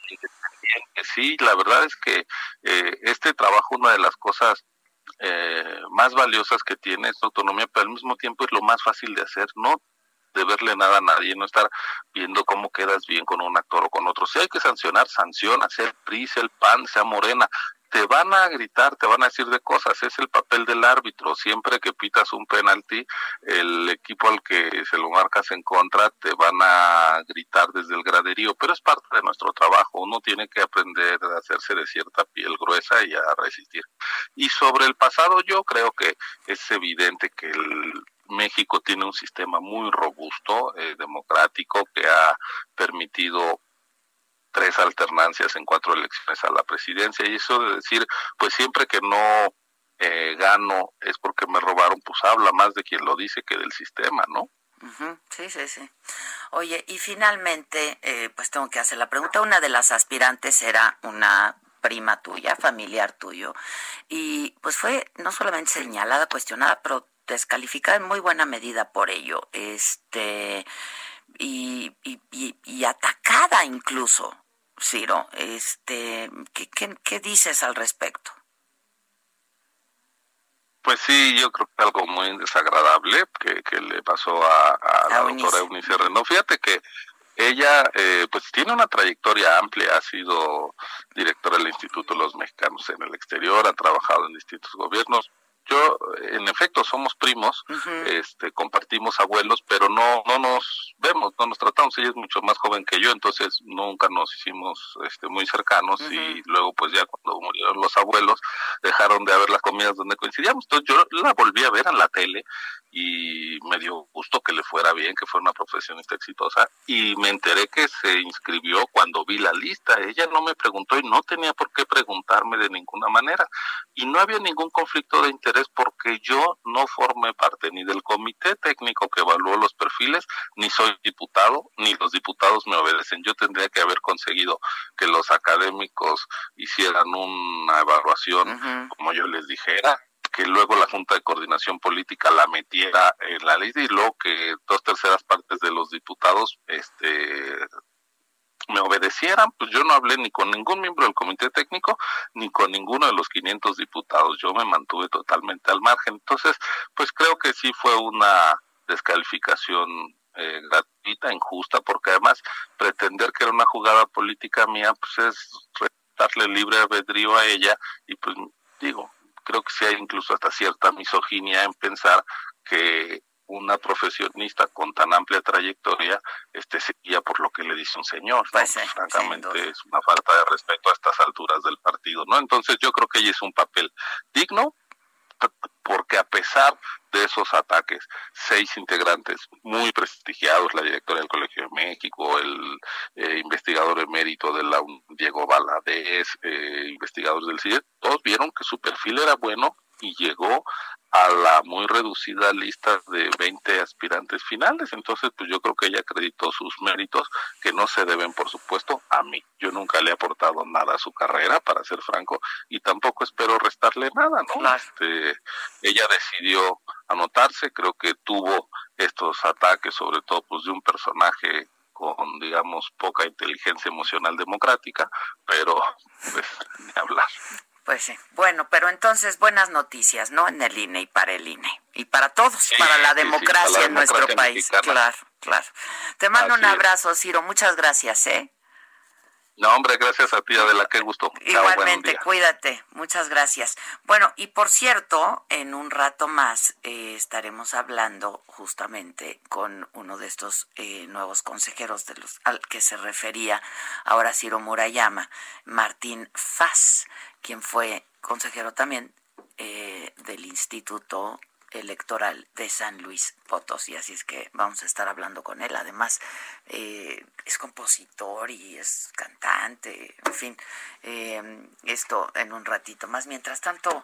Sí, la verdad es que eh, este trabajo, una de las cosas eh, más valiosas que tiene esta autonomía, pero al mismo tiempo es lo más fácil de hacer, no deberle nada a nadie, no estar viendo cómo quedas bien con un actor o con otro. Si hay que sancionar, sanciona, sea el P R I, sea el P A N, sea Morena, te van a gritar, te van a decir de cosas, es el papel del árbitro. Siempre que pitas un penalti, el equipo al que se lo marcas en contra te van a gritar desde el graderío, pero es parte de nuestro trabajo. Uno tiene que aprender a hacerse de cierta piel gruesa y a resistir. Y sobre el pasado, yo creo que es evidente que el México tiene un sistema muy robusto, eh, democrático, que ha permitido tres alternancias en cuatro elecciones a la presidencia, y eso de decir, pues siempre que no eh, gano es porque me robaron, pues habla más de quien lo dice que del sistema, ¿no? Uh-huh. Sí, sí, sí. Oye, y finalmente, eh, pues tengo que hacer la pregunta. Una de las aspirantes era una prima tuya, familiar tuyo, y pues fue no solamente señalada, cuestionada, pero descalificada en muy buena medida por ello, este y, y, y, y atacada incluso, Ciro. Este, ¿qué, qué, qué dices al respecto? Pues sí, yo creo que algo muy desagradable que, que le pasó a, a la a doctora Eunice Rendón. Fíjate que ella eh, pues tiene una trayectoria amplia, ha sido directora del Instituto de los Mexicanos en el Exterior, ha trabajado en distintos gobiernos. Yo, en efecto, somos primos, uh-huh. este, compartimos abuelos, pero no no nos vemos, no nos tratamos. Ella es mucho más joven que yo, entonces nunca nos hicimos este, muy cercanos, uh-huh. y luego pues ya cuando murieron los abuelos dejaron de haber las comidas donde coincidíamos. Entonces yo la volví a ver en la tele y me dio gusto que le fuera bien, que fuera una profesionista exitosa, y me enteré que se inscribió cuando vi la lista. Ella no me preguntó y no tenía por qué preguntarme de ninguna manera, y no había ningún conflicto de interés es porque yo no formé parte ni del comité técnico que evaluó los perfiles, ni soy diputado, ni los diputados me obedecen. Yo tendría que haber conseguido que los académicos hicieran una evaluación, uh-huh. como yo les dijera, que luego la Junta de Coordinación Política la metiera en la lista y luego que dos terceras partes de los diputados este me obedecieran. Pues yo no hablé ni con ningún miembro del comité técnico ni con ninguno de los quinientos diputados. Yo me mantuve totalmente al margen. Entonces, pues creo que sí fue una descalificación eh, gratuita, injusta, porque además pretender que era una jugada política mía, pues es darle libre albedrío a ella y pues digo, creo que sí hay incluso hasta cierta misoginia en pensar que una profesionista con tan amplia trayectoria este se guía por lo que le dice un señor, ¿no? Pues, sí, pues, francamente es una falta de respeto a estas alturas del partido, ¿no? Entonces yo creo que ella hizo un papel digno, porque a pesar de esos ataques, seis integrantes muy prestigiados, la directora del Colegio de México, el eh, investigador emérito de la U N, Diego Valadez, eh, investigadores del C I D E, todos vieron que su perfil era bueno y llegó a la muy reducida lista de veinte aspirantes finales. Entonces, pues yo creo que ella acreditó sus méritos, que no se deben, por supuesto, a mí. Yo nunca le he aportado nada a su carrera, para ser franco, y tampoco espero restarle nada, ¿no? Claro. Este, ella decidió anotarse, creo que tuvo estos ataques, sobre todo pues de un personaje con, digamos, poca inteligencia emocional democrática, pero pues ni hablar. Pues sí, bueno, pero entonces buenas noticias, ¿no? En el I N E y para el I N E. Y para todos, sí, para la sí, democracia sí, para la en nuestro democracia país. mexicana. Claro, claro. Te mando Así un abrazo, Ciro. Muchas gracias, ¿eh? No, hombre, gracias a ti, Adela, qué gusto. Igualmente, Chao, cuídate. Muchas gracias. Bueno, y por cierto, en un rato más eh, estaremos hablando justamente con uno de estos eh, nuevos consejeros de los al que se refería ahora Ciro Murayama, Martín Faz, quien fue consejero también eh, del Instituto Electoral de San Luis Potosí, así es que vamos a estar hablando con él. Además eh, es compositor y es cantante, en fin, eh, esto en un ratito más. Mientras tanto,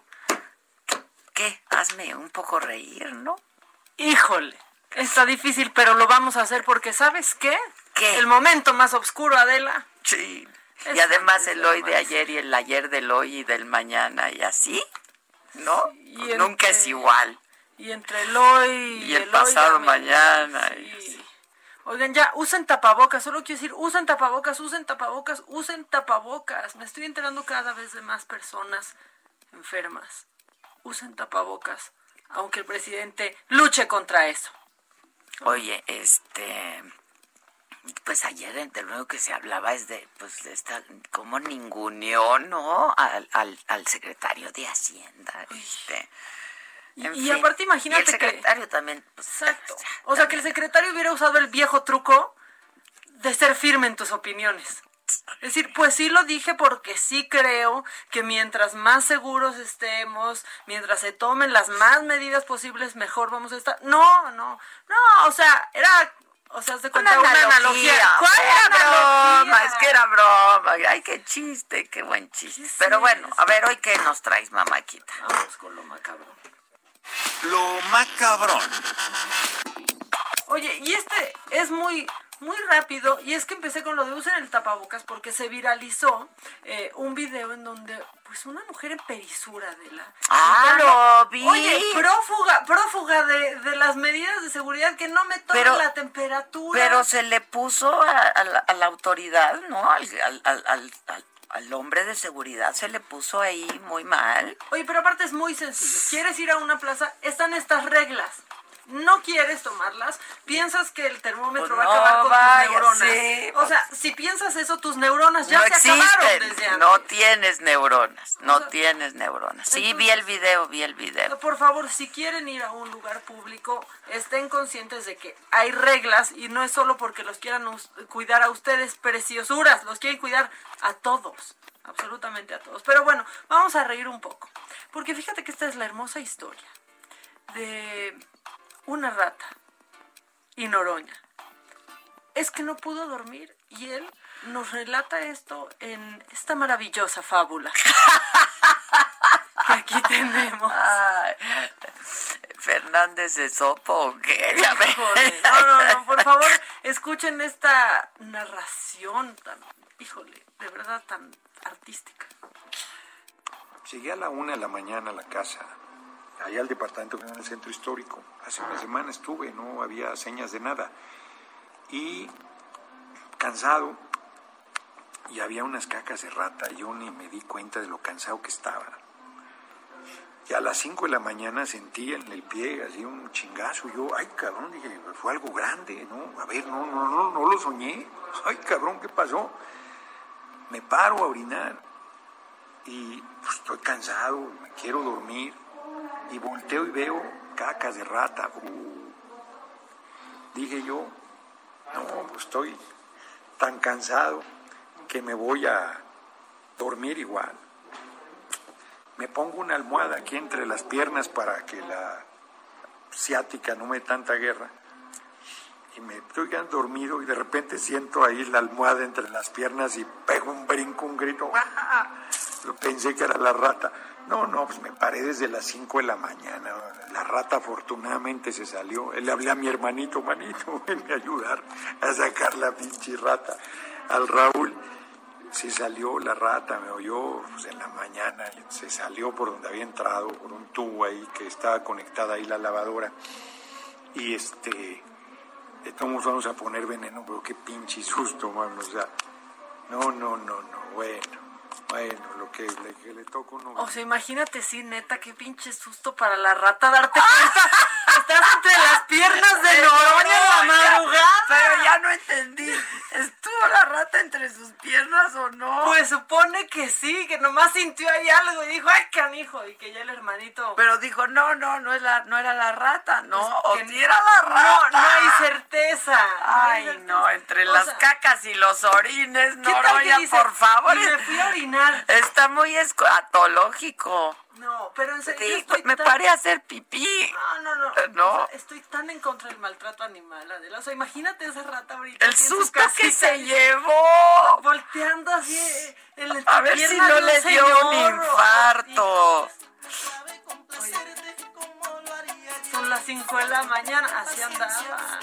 ¿qué? Hazme un poco reír, ¿no? Híjole, está difícil, pero lo vamos a hacer porque ¿sabes qué? ¿Qué? El momento más oscuro, Adela. Sí. Es y además el hoy más. de ayer y el ayer del hoy y del mañana y así, ¿no? Sí, Pues nunca entre... es igual. Y entre el hoy y, y el, el pasado hoy mañana. Sí. Oigan, ya, usen tapabocas, solo quiero decir, usen tapabocas, usen tapabocas, usen tapabocas. Me estoy enterando cada vez de más personas enfermas. Usen tapabocas, aunque el presidente luche contra eso. Oye, este... pues ayer entre lo que se hablaba es de, pues, de esta, como ninguneó, ¿no? Al, al, al secretario de Hacienda, este... Y, y aparte imagínate y el secretario que, también. Pues, exacto. O sea, o sea, que el secretario hubiera usado el viejo truco de ser firme en tus opiniones. Es decir, pues sí lo dije porque sí creo que mientras más seguros estemos, mientras se tomen las más medidas posibles, mejor vamos a estar. No, no, no, o sea, era... O sea, se cuenta una, una analogía. analogía. ¿Cuál era analogía? broma? Es que era broma. Ay, qué chiste, qué buen chiste. Sí, pero bueno, a ver, hoy qué nos traes, mamáquita. Vamos con lo macabrón. Lo macabrón. Oye, y este es muy, muy rápido, y es que empecé con lo de usen el tapabocas porque se viralizó eh, un video en donde, pues, una mujer en perisura de la... ¡Ah, lo vi! Oye, prófuga, prófuga de, de las medidas de seguridad, que no me tomen pero, la temperatura. Pero se le puso a, a, la, a la autoridad, ¿no? Al, al, al, al, al Al hombre de seguridad se le puso ahí muy mal. Oye, pero aparte es muy sencillo. ¿Quieres ir a una plaza? Están estas reglas. No quieres tomarlas, piensas que el termómetro pues va a acabar con vaya, tus neuronas. Sí, o sea, si piensas eso, tus neuronas ya no se existen, acabaron desde antes. No tienes neuronas, no o sea, tienes neuronas. Sí, entonces, vi el video, vi el video. Por favor, si quieren ir a un lugar público, estén conscientes de que hay reglas y no es solo porque los quieran cuidar a ustedes, preciosuras, los quieren cuidar a todos, absolutamente a todos. Pero bueno, vamos a reír un poco, porque fíjate que esta es la hermosa historia de... una rata y Noroña. Es que no pudo dormir y él nos relata esto en esta maravillosa fábula. que aquí tenemos. Ay, ¿Fernández de Sopo o qué? Ya me... No, no, no, por favor, escuchen esta narración tan, híjole, de verdad tan artística. Llegué a la una de la mañana a la casa, allá al departamento en el centro histórico. Hace una semana estuve, no había señas de nada. Y cansado, y había unas cacas de rata, yo ni me di cuenta de lo cansado que estaba. Y a las cinco de la mañana sentí en el pie así un chingazo. Yo, ay cabrón, dije, fue algo grande, ¿no? A ver, no, no, no, no lo soñé. Ay cabrón, ¿qué pasó? Me paro a orinar y pues, estoy cansado, me quiero dormir. Y volteo y veo cacas de rata. Uh, dije yo, no, pues estoy tan cansado que me voy a dormir igual. Me pongo una almohada aquí entre las piernas para que la ciática no me dé tanta guerra. Y me estoy quedando dormido y de repente siento ahí la almohada entre las piernas y pego un brinco, un grito. ¡Ah! Pensé que era la rata. No, no, pues me paré desde las cinco de la mañana. La rata afortunadamente se salió. Le hablé a mi hermanito, manito, ven a ayudar a sacar la pinche rata. Al Raúl. Se salió la rata, me oyó pues, en la mañana, se salió por donde había entrado, por un tubo ahí que estaba conectada ahí la lavadora. Y este, de todos vamos a poner veneno, pero qué pinche susto, mano, o sea, no, no, no, no, bueno, bueno, lo que le, que le toca uno. O sea, imagínate, sí, neta, qué pinche susto para la rata darte cuenta. Estás entre las piernas de Noroña en la madrugada. Pero ya no entendí. ¿Estuvo la rata entre sus piernas o no? Pues supone que sí, que nomás sintió ahí algo y dijo, ay, canijo, y que ya el hermanito... Pero dijo, no, no, no, es la, no era la rata, no, pues o si era la rata. No, no hay certeza. Ay, no, hay certeza. no, entre o las sea, cacas y los orines, Noroña, por favor. Y me fui a orinar. Está muy escatológico. No, pero en serio, Sí, estoy me tan... paré a hacer pipí. No, no, no. ¿No? O sea, estoy tan en contra del maltrato animal, Adela. O sea, imagínate esa rata ahorita. El susto que se llevó. Volteando así. En a ver si no le dio señor, un infarto. Oye, son las cinco de la mañana, así andaba.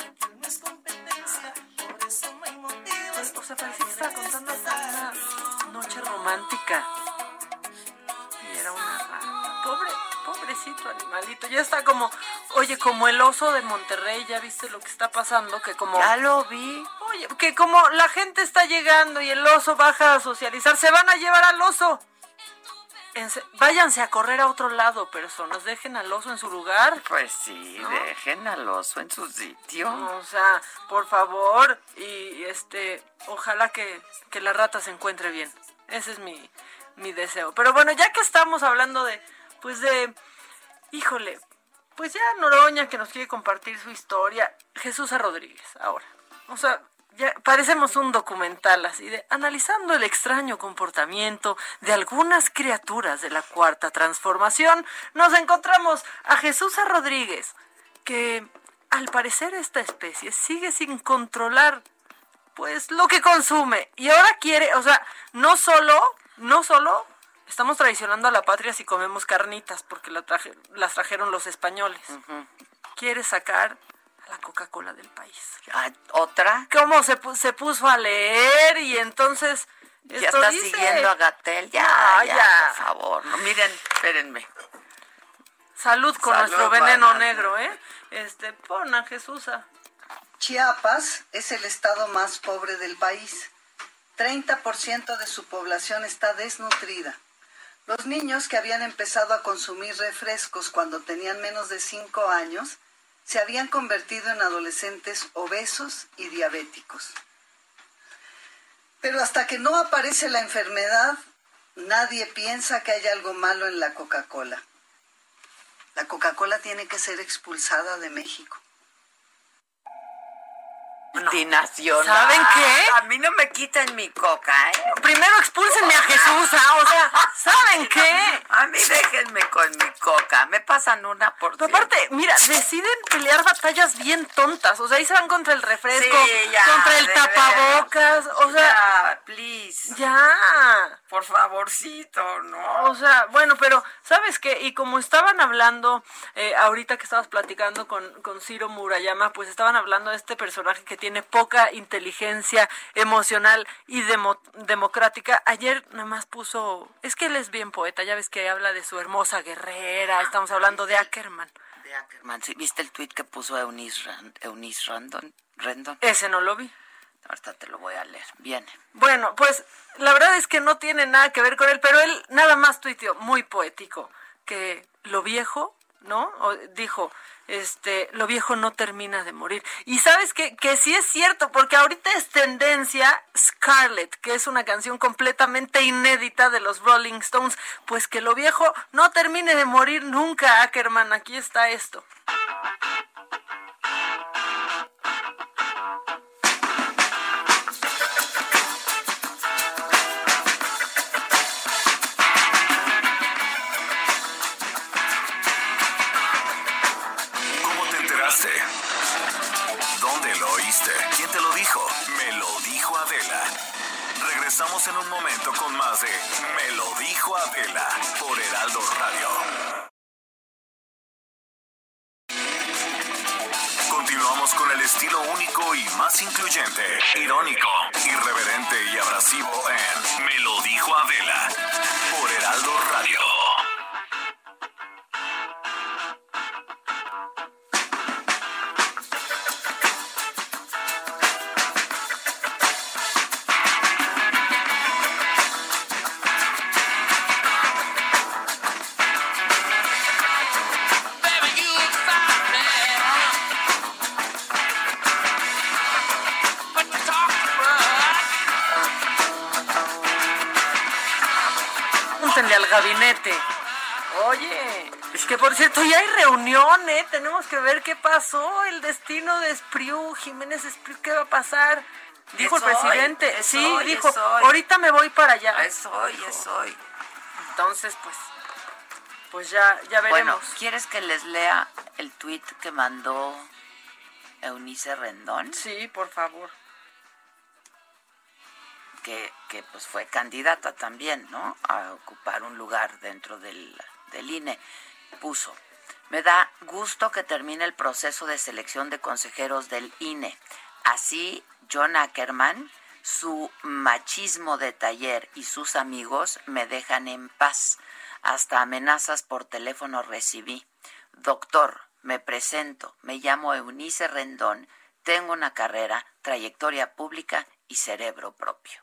O sea, parecía que estaba contando una noche romántica. Y era una rata. Pobre, pobrecito animalito. Ya está como, oye, como el oso de Monterrey, ¿ya viste lo que está pasando? Que como... Ya lo vi. Oye, que como la gente está llegando y el oso baja a socializar, se van a llevar al oso. En, váyanse a correr a otro lado, personas, dejen al oso en su lugar. Pues sí, ¿no? Dejen al oso en su sitio. No, o sea, por favor, y este, ojalá que, que la rata se encuentre bien. Ese es mi, mi deseo. Pero bueno, ya que estamos hablando de, pues de, híjole, pues ya Noroña que nos quiere compartir su historia, Jesús Rodríguez, ahora. O sea, ya parecemos un documental así de analizando el extraño comportamiento de algunas criaturas de la Cuarta Transformación. Nos encontramos a Jesús Rodríguez, que al parecer esta especie sigue sin controlar pues lo que consume y ahora quiere, o sea, no solo, no solo estamos traicionando a la patria si comemos carnitas porque la traje, las trajeron los españoles. Uh-huh. Quiere sacar la Coca-Cola del país. ¿Otra? ¿Cómo se, se puso a leer y entonces... Ya está dice... siguiendo a Gatell. Ya, ah, ya, ya, por favor. No, miren, espérenme. Salud con Salud, nuestro veneno banana. negro, ¿eh? Este, pon a Jesús. Chiapas es el estado más pobre del país. treinta por ciento de su población está desnutrida. Los niños que habían empezado a consumir refrescos cuando tenían menos de cinco años se habían convertido en adolescentes obesos y diabéticos. Pero hasta que no aparece la enfermedad, nadie piensa que hay algo malo en la Coca-Cola. La Coca-Cola tiene que ser expulsada de México. antinacional. ¿Saben qué? A mí no me quiten mi coca, ¿eh? Primero expúlsenme a Jesús, ¿ah? O sea, ¿saben qué? A mí déjenme con mi coca. Me pasan una por Pero aparte, mira, deciden pelear batallas bien tontas. O sea, ahí se van contra el refresco, sí, ya, contra el tapabocas. O sea, ya, please. Ya. Por favorcito, ¿no? O sea, bueno, pero ¿sabes qué? Y como estaban hablando, eh, ahorita que estabas platicando con, con Ciro Murayama, pues estaban hablando de este personaje que tiene poca inteligencia emocional y demo, democrática. Ayer nada más puso, es que él es bien poeta, ya ves que habla de su hermosa guerrera, estamos hablando de Ackerman. De Ackerman, ¿sí? ¿Viste el tuit que puso Eunice, Rand, Eunice Randon, Rendon? Ese no lo vi. Ahorita te lo voy a leer. Viene. Bueno, pues la verdad es que no tiene nada que ver con él, pero él nada más tuiteó, muy poético, que lo viejo, ¿no? O dijo, este, lo viejo no termina de morir. Y sabes qué, que sí es cierto, porque ahorita es tendencia Scarlet, que es una canción completamente inédita de los Rolling Stones, pues que lo viejo no termine de morir nunca, Ackerman. Aquí está esto. ¿Dónde lo oíste? ¿Quién te lo dijo? Me lo dijo Adela. Regresamos en un momento con más de Me lo dijo Adela por Heraldo Radio. Continuamos con el estilo único y más incluyente, irónico, irreverente y abrasivo en Me lo dijo Adela por Heraldo Radio. Al gabinete. Oye, es que por cierto ya hay reunión, ¿eh? Tenemos que ver qué pasó, el destino de Espriu, Jiménez Espriu, ¿qué va a pasar? Dijo el presidente, es sí, hoy, dijo, es hoy. ahorita me voy para allá. Es hoy, es hoy. Entonces, pues, pues ya, ya veremos. Bueno, ¿quieres que les lea el tuit que mandó Eunice Rendón? Sí, por favor. Que, que pues fue candidata también, ¿no? A ocupar un lugar dentro del, del I N E. Puso, me da gusto que termine el proceso de selección de consejeros del I N E. Así, John Ackerman, su machismo de taller y sus amigos me dejan en paz. Hasta amenazas por teléfono recibí. Doctor, me presento, me llamo Eunice Rendón, tengo una carrera, trayectoria pública y cerebro propio.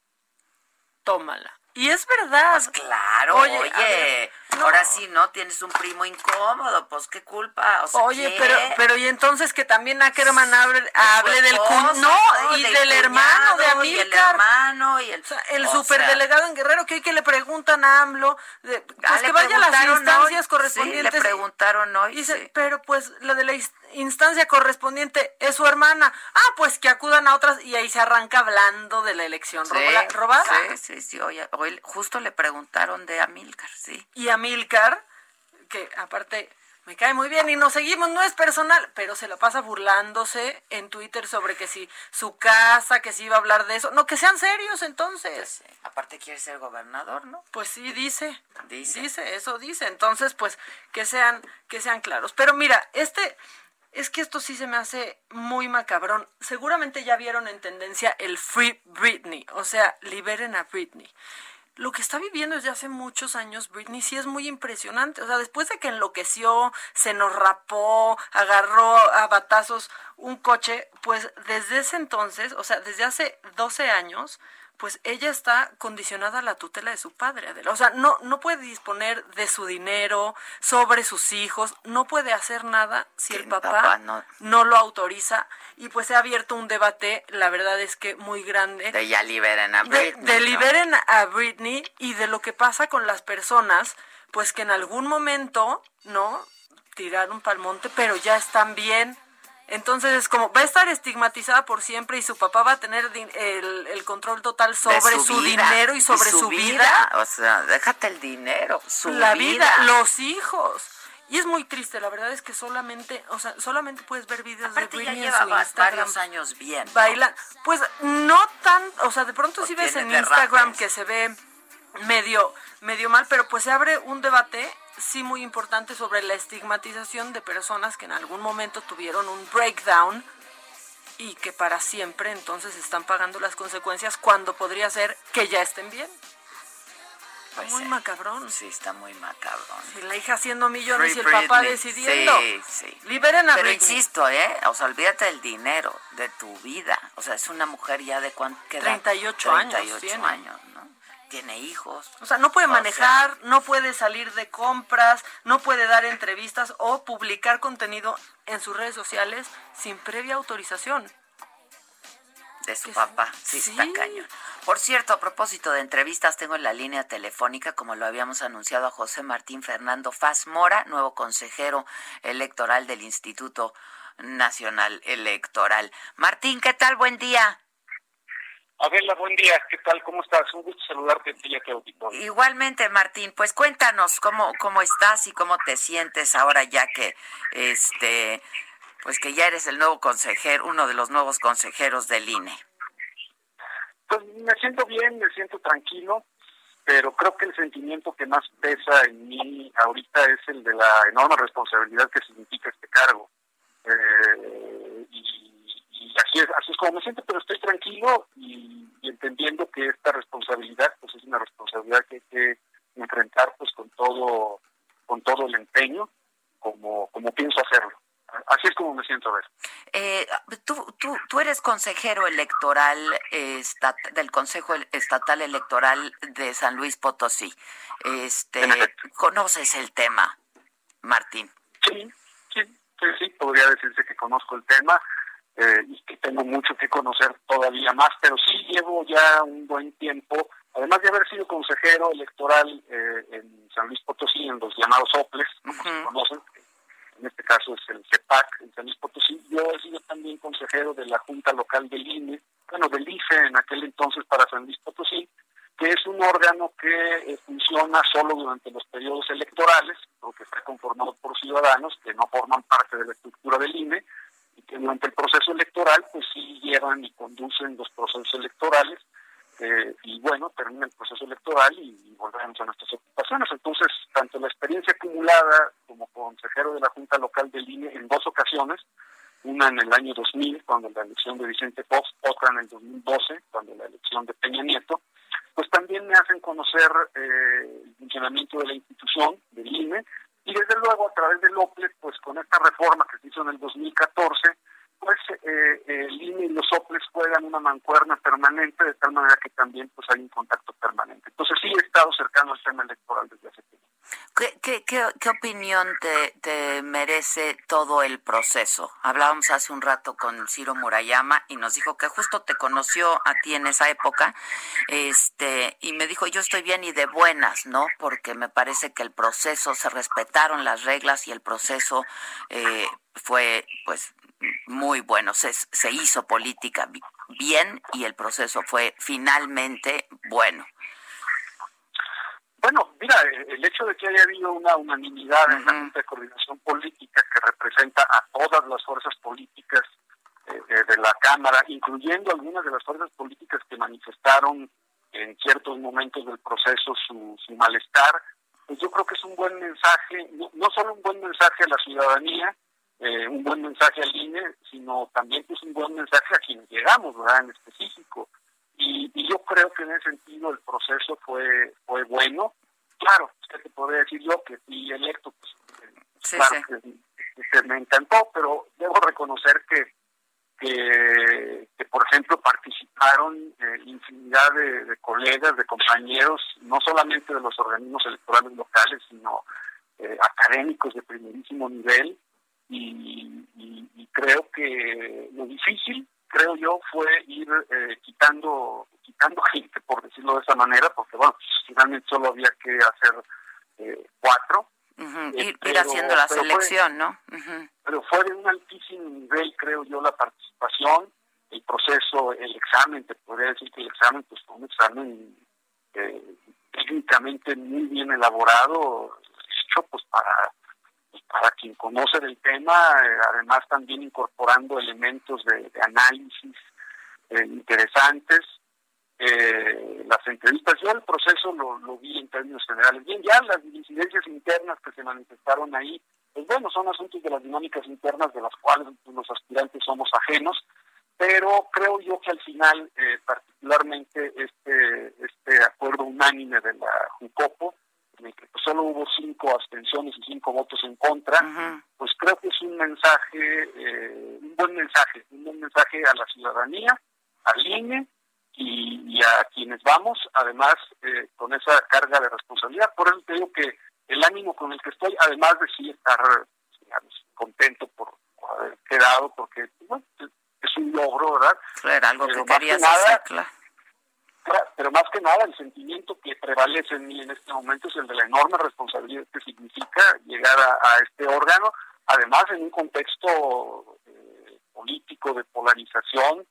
Tómala. Y es verdad. Pues claro, oye, oye ver, no. Ahora sí, ¿no? Tienes un primo incómodo, pues qué culpa. O sea, oye, ¿qué? pero pero y entonces que también Ackerman hable, hable del cuñado, no, y del, del hermano de Amílcar. Y el hermano y el... O sea, el superdelegado sea, en Guerrero, que hoy que le preguntan a AMLO, de, pues que vaya a las instancias hoy, correspondientes. Sí, le preguntaron hoy. Y dice, sí. Pero pues la de la instancia correspondiente es su hermana. Ah, pues que acudan a otras, y ahí se arranca hablando de la elección sí, robada. Sí, sí, sí, oye, hoy justo le preguntaron de Amílcar, sí. Y Amílcar, que aparte me cae muy bien y nos seguimos, no es personal, pero se la pasa burlándose en Twitter sobre que si su casa, que si iba a hablar de eso. No, que sean serios entonces. Pues, aparte quiere ser gobernador, ¿no? Pues sí, dice. Dice. Dice, eso dice. Entonces, pues, que sean, que sean claros. Pero mira, este... Es que esto sí se me hace muy macabrón. Seguramente ya vieron en tendencia el Free Britney, o sea, liberen a Britney. Lo que está viviendo desde hace muchos años Britney sí es muy impresionante. O sea, después de que enloqueció, se nos rapó, agarró a batazos un coche, pues desde ese entonces, o sea, desde hace doce años... pues ella está condicionada a la tutela de su padre, Adela. O sea, no, no puede disponer de su dinero, sobre sus hijos, no puede hacer nada si el papá, papá no. no lo autoriza. Y pues se ha abierto un debate, la verdad es que muy grande. De ya liberen a Britney. De, de liberen ¿no? a Britney y de lo que pasa con las personas, pues que en algún momento, ¿no? Tiraron pa'l monte, pero ya están bien. Entonces es como, va a estar estigmatizada por siempre y su papá va a tener di- el, el control total sobre su su, vida, dinero y sobre su su vida. vida. O sea, déjate el dinero, su la vida, vida. los hijos. Y es muy triste, la verdad es que solamente, o sea, solamente puedes ver videos Aparte de ya Britney Britney en lleva su Instagram. varios años bien, ¿no? Baila, pues no tan, o sea, de pronto O sí ves en tiene Instagram derrames. que se ve medio, medio mal, pero pues se abre un debate sí muy importante sobre la estigmatización de personas que en algún momento tuvieron un breakdown y que para siempre entonces están pagando las consecuencias cuando podría ser que ya estén bien. Pues muy sí. macabrón. Sí, está muy macabrón. Y la hija haciendo millones Free y el papá Britney. decidiendo. Sí, sí. Liberen a Pero Britney. insisto, ¿eh? O sea, olvídate del dinero, de tu vida. O sea, es una mujer ya de cuánto queda. treinta y ocho años treinta y ocho tiene. años, ¿no? Tiene hijos. O sea, no puede O manejar, no puede salir de compras, no puede dar entrevistas o publicar contenido en sus redes sociales sin previa autorización. De su ¿Qué papá, es? sí, Sí. está cañón. Por cierto, a propósito de entrevistas, tengo en la línea telefónica, como lo habíamos anunciado, a José Martín Fernando Faz Mora, nuevo consejero electoral del Instituto Nacional Electoral. Martín, ¿qué tal? Buen día. Adela, buen día. ¿Qué tal? ¿Cómo estás? Un gusto saludarte a ti y a tu auditorio. Igualmente, Martín, pues cuéntanos cómo cómo estás y cómo te sientes ahora ya que este pues que ya eres el nuevo consejero, uno de los nuevos consejeros del I N E. Pues me siento bien, me siento tranquilo, pero creo que el sentimiento que más pesa en mí ahorita es el de la enorme responsabilidad que significa este cargo. Eh, y, y así es, así es como me siento, pero estoy tranquilo y, y entendiendo que esta responsabilidad pues es una responsabilidad que hay que enfrentar pues con todo con todo el empeño, como como pienso hacerlo. Así es como me siento, a ver. Eh, tú, tú, tú eres consejero electoral eh, estat, del Consejo Estatal Electoral de San Luis Potosí. Este, ¿conoces el tema, Martín? Sí, sí, sí, sí, podría decirse que conozco el tema eh, y que tengo mucho que conocer todavía más, pero sí llevo ya un buen tiempo, además de haber sido consejero electoral eh, en San Luis Potosí, en los llamados OPLES, como uh-huh. se conocen, en este caso es el C E P A C en San Luis Potosí. Yo he sido también consejero de la Junta Local del I N E, bueno, del I F E en aquel entonces para San Luis Potosí, que es un órgano que eh, funciona solo durante los periodos electorales, porque está conformado por ciudadanos que no forman parte de la estructura del I N E, y que durante el proceso electoral pues sí llevan y conducen los procesos electorales, eh, y bueno, termina el proceso electoral y, y volvemos a nuestras ocupaciones. Entonces, tanto la experiencia acumulada como consejero de la Junta Local del I N E en dos ocasiones, una en el año dos mil, cuando la elección de Vicente Fox, otra en el dos mil doce, cuando la elección de Peña Nieto, pues también me hacen conocer eh, el funcionamiento de la institución, del I N E, y desde luego a través del OPLES, pues con esta reforma que se hizo en el dos mil catorce, pues eh, el I N E y los OPLES juegan una mancuerna permanente, de tal manera que también pues hay un contacto permanente. Entonces sí he estado cercano al tema electoral desde hace tiempo. ¿Qué, qué, qué, qué opinión te, te merece todo el proceso? Hablábamos hace un rato con Ciro Murayama y nos dijo que justo te conoció a ti en esa época, este, y me dijo, yo estoy bien y de buenas, ¿no? Porque me parece que el proceso, se respetaron las reglas y el proceso eh, fue, pues, muy bueno, se, se hizo política bien y el proceso fue finalmente bueno. Bueno, mira, el hecho de que haya habido una unanimidad uh-huh. en la Junta de Coordinación Política que representa a todas las fuerzas políticas eh, de la Cámara, incluyendo algunas de las fuerzas políticas que manifestaron en ciertos momentos del proceso su, su malestar, pues yo creo que es un buen mensaje, no, no solo un buen mensaje a la ciudadanía, eh, un buen mensaje al I N E, sino también pues un buen mensaje a quienes llegamos, ¿verdad?, en específico. Y, y yo creo que en ese sentido el proceso fue fue bueno. Claro, usted te podría decir yo que fui electo, pues sí, claro sí. Que, que me encantó, pero debo reconocer que que, que por ejemplo participaron eh, infinidad de, de colegas, de compañeros, no solamente de los organismos electorales locales, sino eh, académicos de primerísimo nivel, y, y, y creo que lo difícil, creo yo, fue ir eh, quitando quitando gente, por decirlo de esa manera, porque bueno, finalmente solo había que hacer eh, cuatro. Uh-huh. Eh, ir, pero, ir haciendo la pero selección, fue, ¿no? Uh-huh. Pero fue de un altísimo nivel, creo yo, la participación, el proceso, el examen. Te podría decir que el examen pues fue un examen eh, técnicamente muy bien elaborado, hecho pues para, pues, para quien conoce del tema, eh, además también incorporando elementos de, de análisis eh, interesantes. Eh, las entrevistas, yo el proceso lo, lo vi en términos generales bien. Ya las incidencias internas que se manifestaron ahí, pues bueno, son asuntos de las dinámicas internas de las cuales pues, los aspirantes somos ajenos, pero creo yo que al final, eh, particularmente este este acuerdo unánime de la Jucopo, en el que pues, solo hubo cinco abstenciones y cinco votos en contra, uh-huh. pues creo que es un mensaje, eh, un buen mensaje, un buen mensaje a la ciudadanía, al I N E, Y, y a quienes vamos, además, eh, con esa carga de responsabilidad. Por eso te digo que el ánimo con el que estoy, además de sí estar, digamos, contento por, por haber quedado, porque bueno, es un logro, ¿verdad? Claro, algo pero que querías que nada, hacer, claro. claro. Pero más que nada, el sentimiento que prevalece en mí en este momento es el de la enorme responsabilidad que significa llegar a, a este órgano, además en un contexto eh, político de polarización,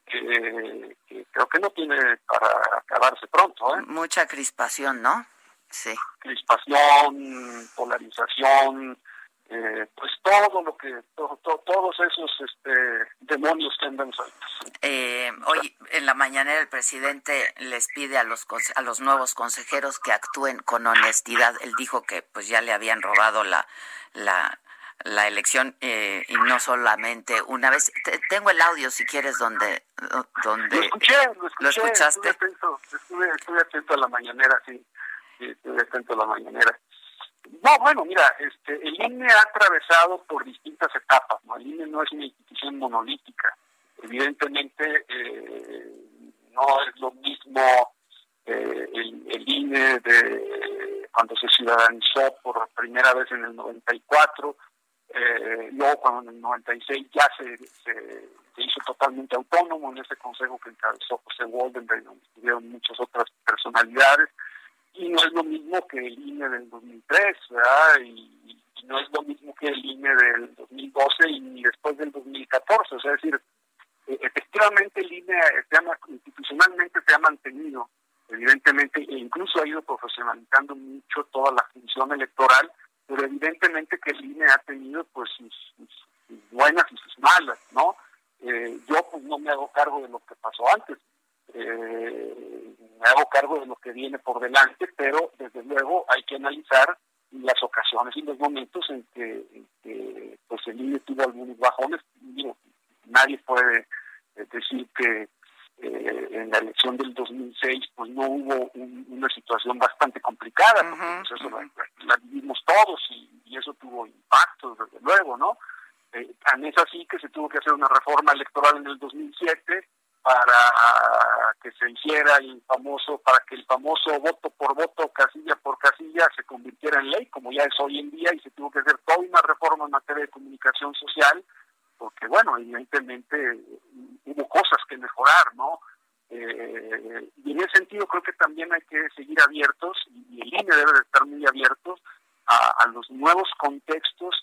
Que, que creo que no tiene para acabarse pronto, ¿eh? Mucha crispación, ¿no? Sí. Crispación, polarización, eh, pues todo lo que, todo, todo, todos esos este, demonios que andan sueltos. Eh, hoy en la mañanera el presidente les pide a los a los nuevos consejeros que actúen con honestidad. Él dijo que pues ya le habían robado la la la elección eh, y no solamente una vez. Te, tengo el audio si quieres donde donde lo escuché, lo, escuché, ¿lo escuchaste. Estuve atento, estuve, estuve atento a la mañanera, sí, sí, estuve atento a la mañanera. No, bueno, mira, este, el I N E ha atravesado por distintas etapas, ¿no? El I N E no es una institución monolítica. Evidentemente eh, no es lo mismo eh, el, el I N E de cuando se ciudadanizó por primera vez en el noventa y cuatro. Eh, luego cuando en el noventa y seis ya se, se, se hizo totalmente autónomo en ese consejo que encabezó José Woldenberg, donde estuvieron muchas otras personalidades, y no es lo mismo que el I N E del dos mil tres, ¿verdad? Y, y no es lo mismo que el I N E del dos mil doce y ni después del dos mil catorce, o sea, es decir, eh, efectivamente el I N E se ha, institucionalmente se ha mantenido, evidentemente, e incluso ha ido profesionalizando mucho toda la función electoral, pero evidentemente que el I N E ha tenido pues sus, sus, sus buenas y sus malas, ¿no? Eh, yo pues no me hago cargo de lo que pasó antes, eh, me hago cargo de lo que viene por delante, pero desde luego hay que analizar las ocasiones y los momentos en que, en que pues el I N E tuvo algunos bajones. Digo, nadie puede eh, decir que Eh, en la elección del dos mil seis pues no hubo un, una situación bastante complicada, porque uh-huh, pues eso uh-huh. la, la vivimos todos y, y eso tuvo impactos desde luego, ¿no? Eh, tan es así que se tuvo que hacer una reforma electoral en el dos mil siete para que se hiciera el famoso, para que el famoso voto por voto, casilla por casilla se convirtiera en ley, como ya es hoy en día, y se tuvo que hacer toda una reforma en materia de comunicación social, porque bueno, evidentemente hubo cosas que mejorar, ¿no? Eh, y en ese sentido creo que también hay que seguir abiertos, y el I N E debe de estar muy abiertos a, a los nuevos contextos,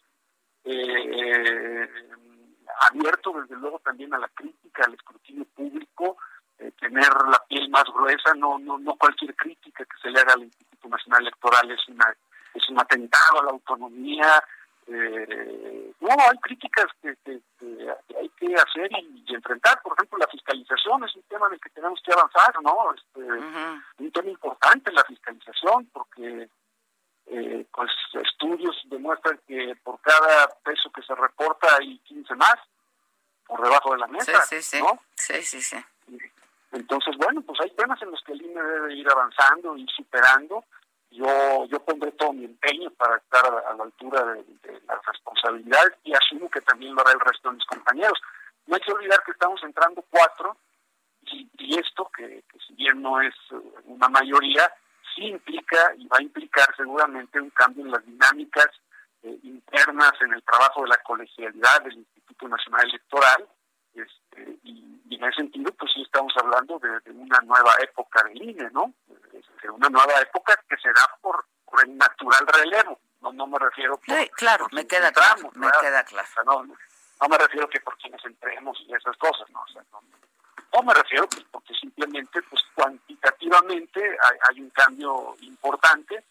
eh, abierto desde luego también a la crítica, al escrutinio público, eh, tener la piel más gruesa, no no no cualquier crítica que se le haga al Instituto Nacional Electoral es una es un atentado a la autonomía. Eh, no, hay críticas que, que, que hay que hacer y, y enfrentar. Por ejemplo, la fiscalización es un tema en el que tenemos que avanzar, ¿no? Este, uh-huh. Un tema importante la fiscalización, porque eh, pues estudios demuestran que por cada peso que se reporta hay quince más por debajo de la mesa, sí, sí, sí. ¿no? Sí, sí, sí. Entonces, bueno, pues hay temas en los que el I N E debe ir avanzando y superando. Yo yo pondré todo mi empeño para estar a, a la altura de, de las responsabilidades, y asumo que también lo hará el resto de mis compañeros. No hay que olvidar que estamos entrando cuatro, y, y esto, que, que si bien no es una mayoría, sí implica y va a implicar seguramente un cambio en las dinámicas eh, internas, en el trabajo de la colegialidad del Instituto Nacional Electoral, este, y, y en ese sentido pues sí estamos hablando de, de una nueva época del I N E, ¿no? De una nueva época que se da por, por el natural relevo, no no me refiero por, sí, claro, por me queda claro, me ¿verdad? queda claro. O sea, no, no No me refiero que por quienes entremos y esas cosas, no, o sea, no, no me refiero pues porque simplemente pues cuantitativamente hay, hay un cambio importante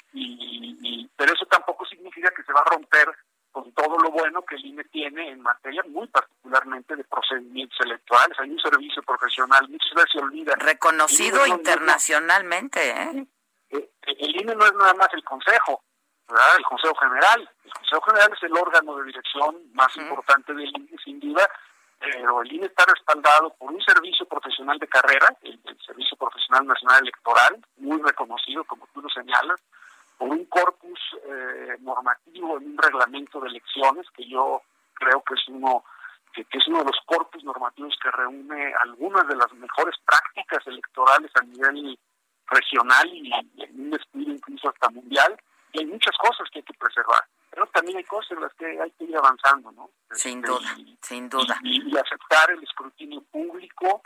y, y pero eso tampoco significa que se va a romper con todo lo bueno que el I N E tiene en materia muy particularmente de procedimientos electorales. Hay un servicio profesional, muchas veces se olvida. Reconocido internacionalmente, ¿eh? El I N E no es nada más el Consejo, ¿verdad? El Consejo General. El Consejo General es el órgano de dirección más uh-huh. importante del I N E, sin duda, pero el I N E está respaldado por un servicio profesional de carrera, el, el Servicio Profesional Nacional Electoral, muy reconocido, como tú lo señalas, por un corpus eh, normativo en un reglamento de elecciones que yo creo que es uno que, que es uno de los corpus normativos que reúne algunas de las mejores prácticas electorales a nivel regional y, y en un estilo incluso hasta mundial, y hay muchas cosas que hay que preservar, pero también hay cosas en las que hay que ir avanzando, ¿no? Sin este, duda, y, sin duda. Y, y aceptar el escrutinio público,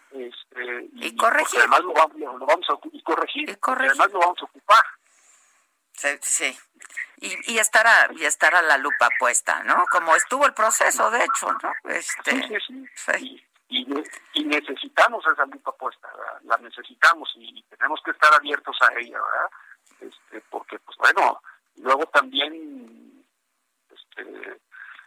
este, y, y corregir. Además lo vamos, lo vamos a y corregir, y corregir. Además lo vamos a ocupar. Sí, sí. Y, y estar a, y estar a la lupa puesta, ¿no? Como estuvo el proceso, de hecho, ¿no? Este, sí, sí, sí. sí. Y, y, y necesitamos esa lupa puesta, ¿verdad? La necesitamos y tenemos que estar abiertos a ella, ¿verdad? Este, porque, pues bueno, luego también este,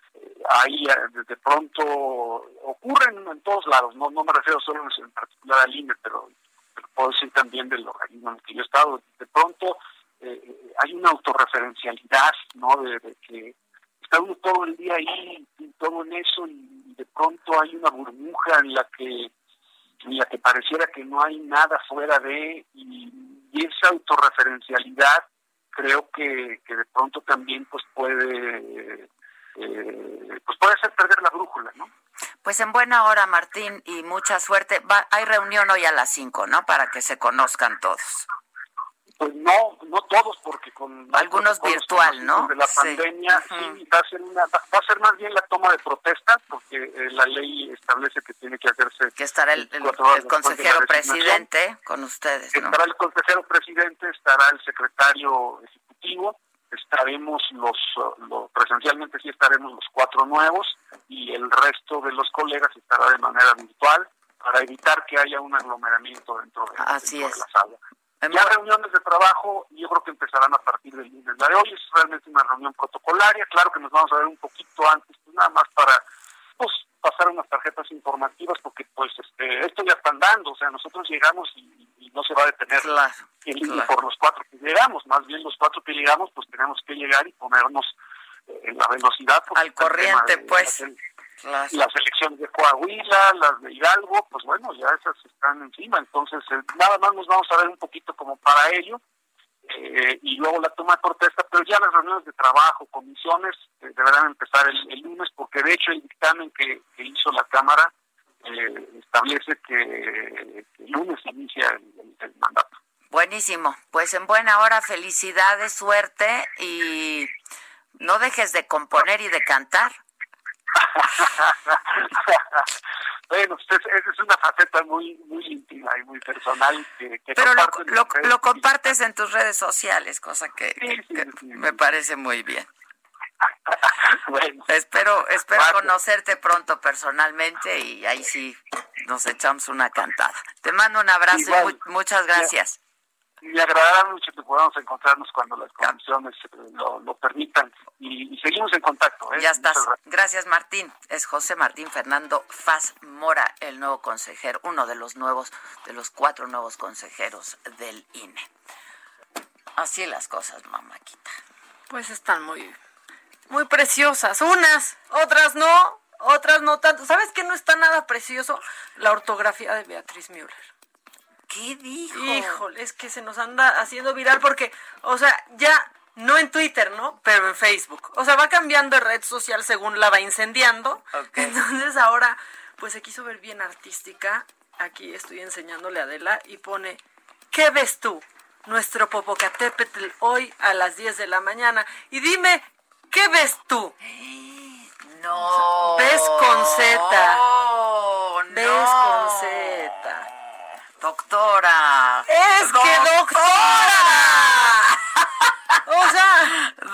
hay de pronto ocurren en todos lados, no no me refiero solo en particular al I N E, pero, pero puedo decir también del organismo en el que yo he estado, de pronto eh, hay una autorreferencialidad, ¿no? De, de que está uno todo el día ahí, todo en eso, y de pronto hay una burbuja en la que en la que pareciera que no hay nada fuera de, y, y esa autorreferencialidad creo que, que de pronto también pues puede eh, pues puede hacer perder la brújula, ¿no? Pues en buena hora, Martín, y mucha suerte. Va, hay reunión hoy a las cinco, ¿no? Para que se conozcan todos. Pues no, no todos, porque con algunos virtual, ¿no? De la sí. pandemia, uh-huh. sí, va a ser una, va a ser más bien la toma de protesta, porque eh, la ley establece que tiene que hacerse. Que estará el, el, el consejero presidente con ustedes, ¿no? Estará el consejero presidente, estará el secretario ejecutivo, estaremos los, los presencialmente sí estaremos los cuatro nuevos y el resto de los colegas estará de manera virtual para evitar que haya un aglomeramiento dentro de, Así dentro es. de la sala. Ya reuniones de trabajo, yo creo que empezarán a partir del lunes. La de hoy es realmente una reunión protocolaria, claro que nos vamos a ver un poquito antes, pues nada más para pues pasar unas tarjetas informativas, porque pues este esto ya están dando, o sea, nosotros llegamos y, y no se va a detener claro, el claro. por los cuatro que llegamos, más bien los cuatro que llegamos, pues tenemos que llegar y ponernos eh, en la velocidad. Al corriente, de, pues. De, Claro. Las elecciones de Coahuila, las de Hidalgo, pues bueno, ya esas están encima, entonces eh, nada más nos vamos a ver un poquito como para ello, eh, y luego la toma de protesta, pero ya las reuniones de trabajo, comisiones, eh, deberán empezar el, el lunes, porque de hecho el dictamen que, que hizo la Cámara eh, establece que, que el lunes inicia el, el, el mandato. Buenísimo, pues en buena hora, felicidades, suerte, y no dejes de componer y de cantar. Bueno, esa es una faceta muy muy íntima y muy personal que, que pero lo, lo, lo compartes en tus redes sociales, cosa que, sí, sí, que sí, me sí. parece muy bien. Bueno, espero espero gracias. Conocerte pronto personalmente y ahí sí nos echamos una cantada. Te mando un abrazo. Igual, y mu- muchas gracias. Me agradará mucho que podamos encontrarnos cuando las condiciones lo, lo permitan y, y seguimos en contacto. ¿eh? Ya estás. Gracias. gracias, Martín. Es José Martín Fernando Faz Mora, el nuevo consejero, uno de los nuevos, de los cuatro nuevos consejeros del I N E. Así las cosas, mamáquita. Pues están muy, muy preciosas. Unas, otras no, otras no tanto. ¿Sabes qué no está nada precioso? La ortografía de Beatriz Müller. ¿Qué dijo? Híjole, es que se nos anda haciendo viral porque, o sea, ya no en Twitter, ¿no? Pero en Facebook. O sea, va cambiando de red social según la va incendiando. Okay. Entonces ahora, pues se quiso ver bien artística. Aquí estoy enseñándole a Adela y pone, ¿qué ves tú? Nuestro Popocatépetl hoy a las diez de la mañana. Y dime, ¿qué ves tú? No. Ves con Z. No. Ves con Z. Doctora. Es doctora. que doctora. O sea, Doc,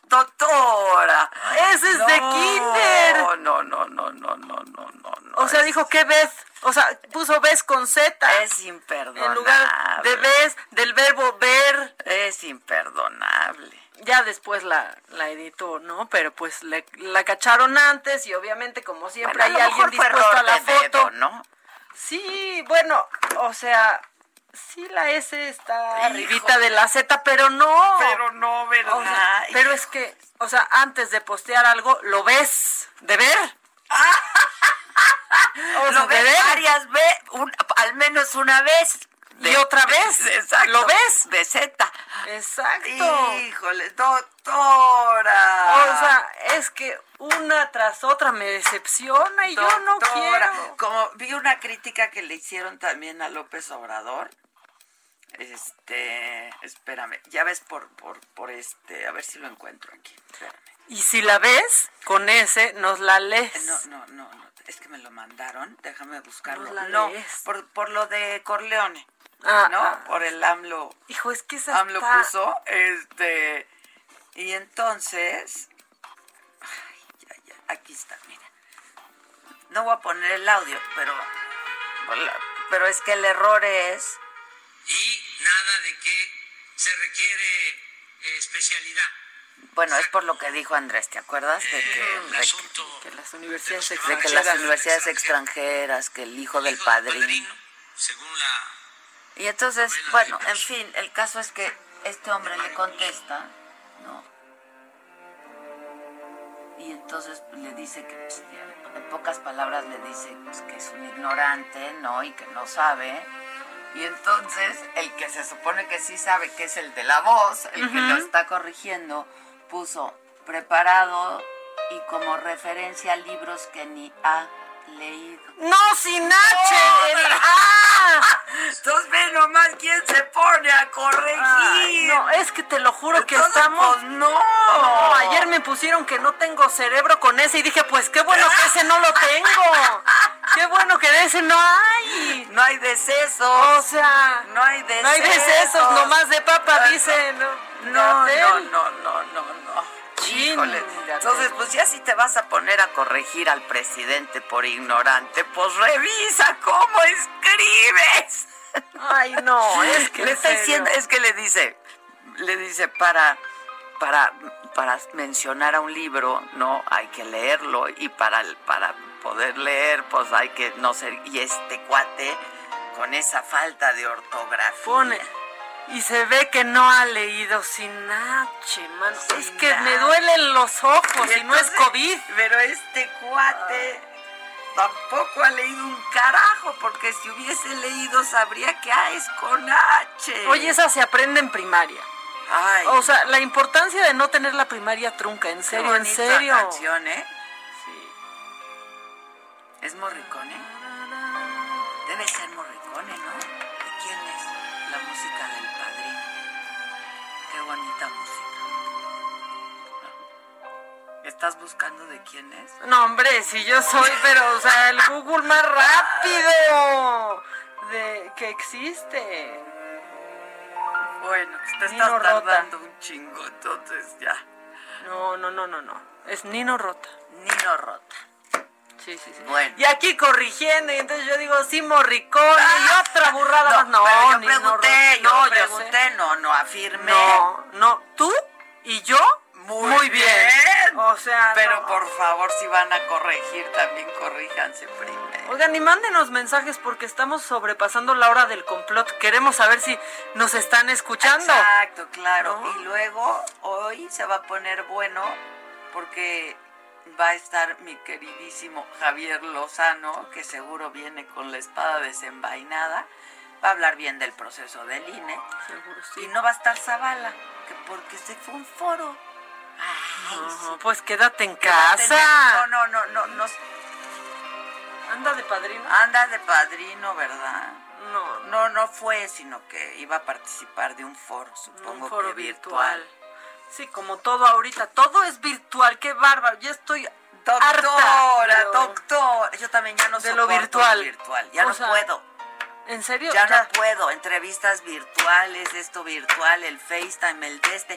doctora. Ese es no, de kinder. No, no, no, no, no, no, no, no. O sea, dijo, ¿qué ves? O sea, puso ves con Z. Es imperdonable. En lugar de ves, del verbo ver. Es imperdonable. Ya después la, la editó, ¿no? Pero pues le, la cacharon antes y obviamente, como siempre, bueno, hay alguien dispuesto a la foto. Dedo, ¿no? Sí, bueno, o sea, sí la S está arribita de la Z, pero no. Pero no, ¿verdad? O sea, pero es que, o sea, antes de postear algo, lo ves, de ver. O lo sea, ves varias veces, un, al menos una vez. De, y otra vez, exacto, ¿lo ves? De Z. Exacto. Híjole, doctora. O sea, es que una tras otra me decepciona y doctora, yo no quiero. Como vi una crítica que le hicieron también a López Obrador. Este, espérame, ya ves por, por, por este, a ver si lo encuentro aquí. Espérame. Y si la ves, con ese, nos la lees. No, no, no, no, es que me lo mandaron, déjame buscarlo. Nos la no, lees. por, por lo de Corleone. Ah, ¿no? Ah, por el AMLO. Hijo, es que esa AMLO está... puso, este, y entonces, ay, ya, ya, aquí está, mira. No voy a poner el audio, pero, pero es que el error es... Y nada de que se requiere eh, especialidad. Bueno, es por lo que dijo Andrés, ¿te acuerdas? De que, el de asunto que las universidades de extranjeras, que las universidades extranjeras, que el hijo, el hijo del, padrino. del padrino. Según la... Y entonces, bueno, en fin, el caso es que este hombre le contesta, ¿no? Y entonces le dice que, pues, en pocas palabras le dice pues, que es un ignorante, ¿no? Y que no sabe. Y entonces, el que se supone que sí sabe, que es el de la voz, el uh-huh. que lo está corrigiendo, puso preparado y como referencia libros que ni ha leído. ¡No, sin H! ¡No! ¡El A! Entonces ve nomás quién se pone a corregir. Ay, no, es que te lo juro entonces, que estamos... Pues, no. no. Ayer me pusieron que no tengo cerebro con ese y dije, pues qué bueno que ese no lo tengo. Qué bueno que de ese no hay. No hay decesos. O sea, no hay decesos. No hay decesos, nomás de papa, no, dice. No, no, no, no, no, no, no. Híjole, entonces pues ya si te vas a poner a corregir al presidente por ignorante, pues revisa cómo escribes. Ay, no, es que le está diciendo, es que le dice, le dice para, para, para mencionar a un libro, no, hay que leerlo y para, para poder leer, pues hay que no ser, y este cuate con esa falta de ortografía. Pone. Y se ve que no ha leído sin H, mano. Sin es que H. me duelen los ojos y, entonces, y no es COVID. Pero este cuate tampoco ha leído un carajo, porque si hubiese leído sabría que A es con H. Oye, esa se aprende en primaria. Ay. O sea, la importancia de no tener la primaria trunca, en serio, en serio. Canción, ¿eh? Sí. ¿Es Morricone? Debe ser Morricone, ¿no? ¿De quién es la música del padrino? Qué bonita música. ¿Estás buscando de quién es? No, hombre, si yo soy, pero, o sea, el Google más rápido de que existe. Bueno, te estás Nino tardando Rota. Un chingo, entonces ya. No, no, no, no, no. Es Nino Rota. Nino Rota. Sí, sí, sí. Bueno. Y aquí corrigiendo, y entonces yo digo, sí, Morricone, ah, y otra burrada no, más. No, pero yo Nino pregunté, Rota. yo no, pregunté, yo no, no afirmé. No, no, tú y yo, muy, muy bien. bien. O sea, pero no. por favor, si van a corregir, también corríjanse primero. Oigan, y mándenos mensajes porque estamos sobrepasando la hora del complot. Queremos saber si nos están escuchando. Exacto, claro. ¿No? Y luego, hoy se va a poner bueno porque va a estar mi queridísimo Javier Lozano, que seguro viene con la espada desenvainada. Va a hablar bien del proceso del I N E. Seguro sí. Y no va a estar Zavala, que porque se fue un foro. Ay, no, sí. Pues quédate en quédate casa. En, no, no, no, no, no. ¿Anda de padrino? Anda de padrino, ¿verdad? No. No, no fue, sino que iba a participar de un foro, supongo un foro que virtual. virtual. Sí, como todo ahorita, todo es virtual, qué bárbaro. Ya estoy doctora, harta. Doctora, yo también ya no de lo virtual. Lo virtual. Ya o no sea, puedo. ¿En serio? Ya, ya no puedo. Entrevistas virtuales, esto virtual, el FaceTime, el de este.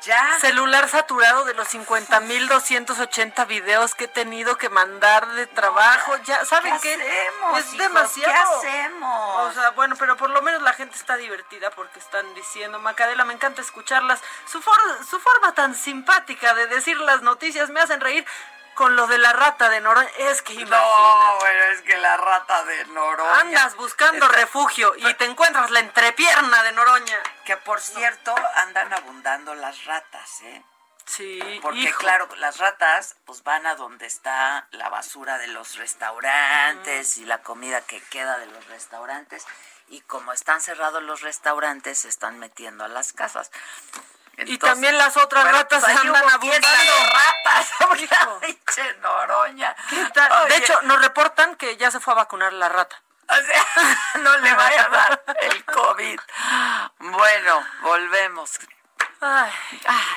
Ya. Celular saturado de los cincuenta mil doscientos ochenta videos que he tenido que mandar de trabajo. Ya, ¿saben qué? ¿Qué hacemos, Es hijos? demasiado. ¿Qué hacemos? O sea, bueno, pero por lo menos la gente está divertida porque están diciendo, Macadela, me encanta escucharlas. Su, for- su forma tan simpática de decir las noticias me hacen reír. Con lo de la rata de Noroña, es que imagínate. No, bueno, es que la rata de Noroña. Andas buscando Está... refugio y te encuentras la entrepierna de Noroña. Que por cierto, andan abundando las ratas, ¿eh? Sí, porque hijo. claro, las ratas pues van a donde está la basura de los restaurantes mm. y la comida que queda de los restaurantes, y como están cerrados los restaurantes se están metiendo a las casas. Entonces, y también las otras bueno, ratas pues andan abundando. ratas, pinche Noroña. De hecho, nos reportan que ya se fue a vacunar la rata. O sea, no le vaya a dar el COVID. Bueno, volvemos. Ay, ay.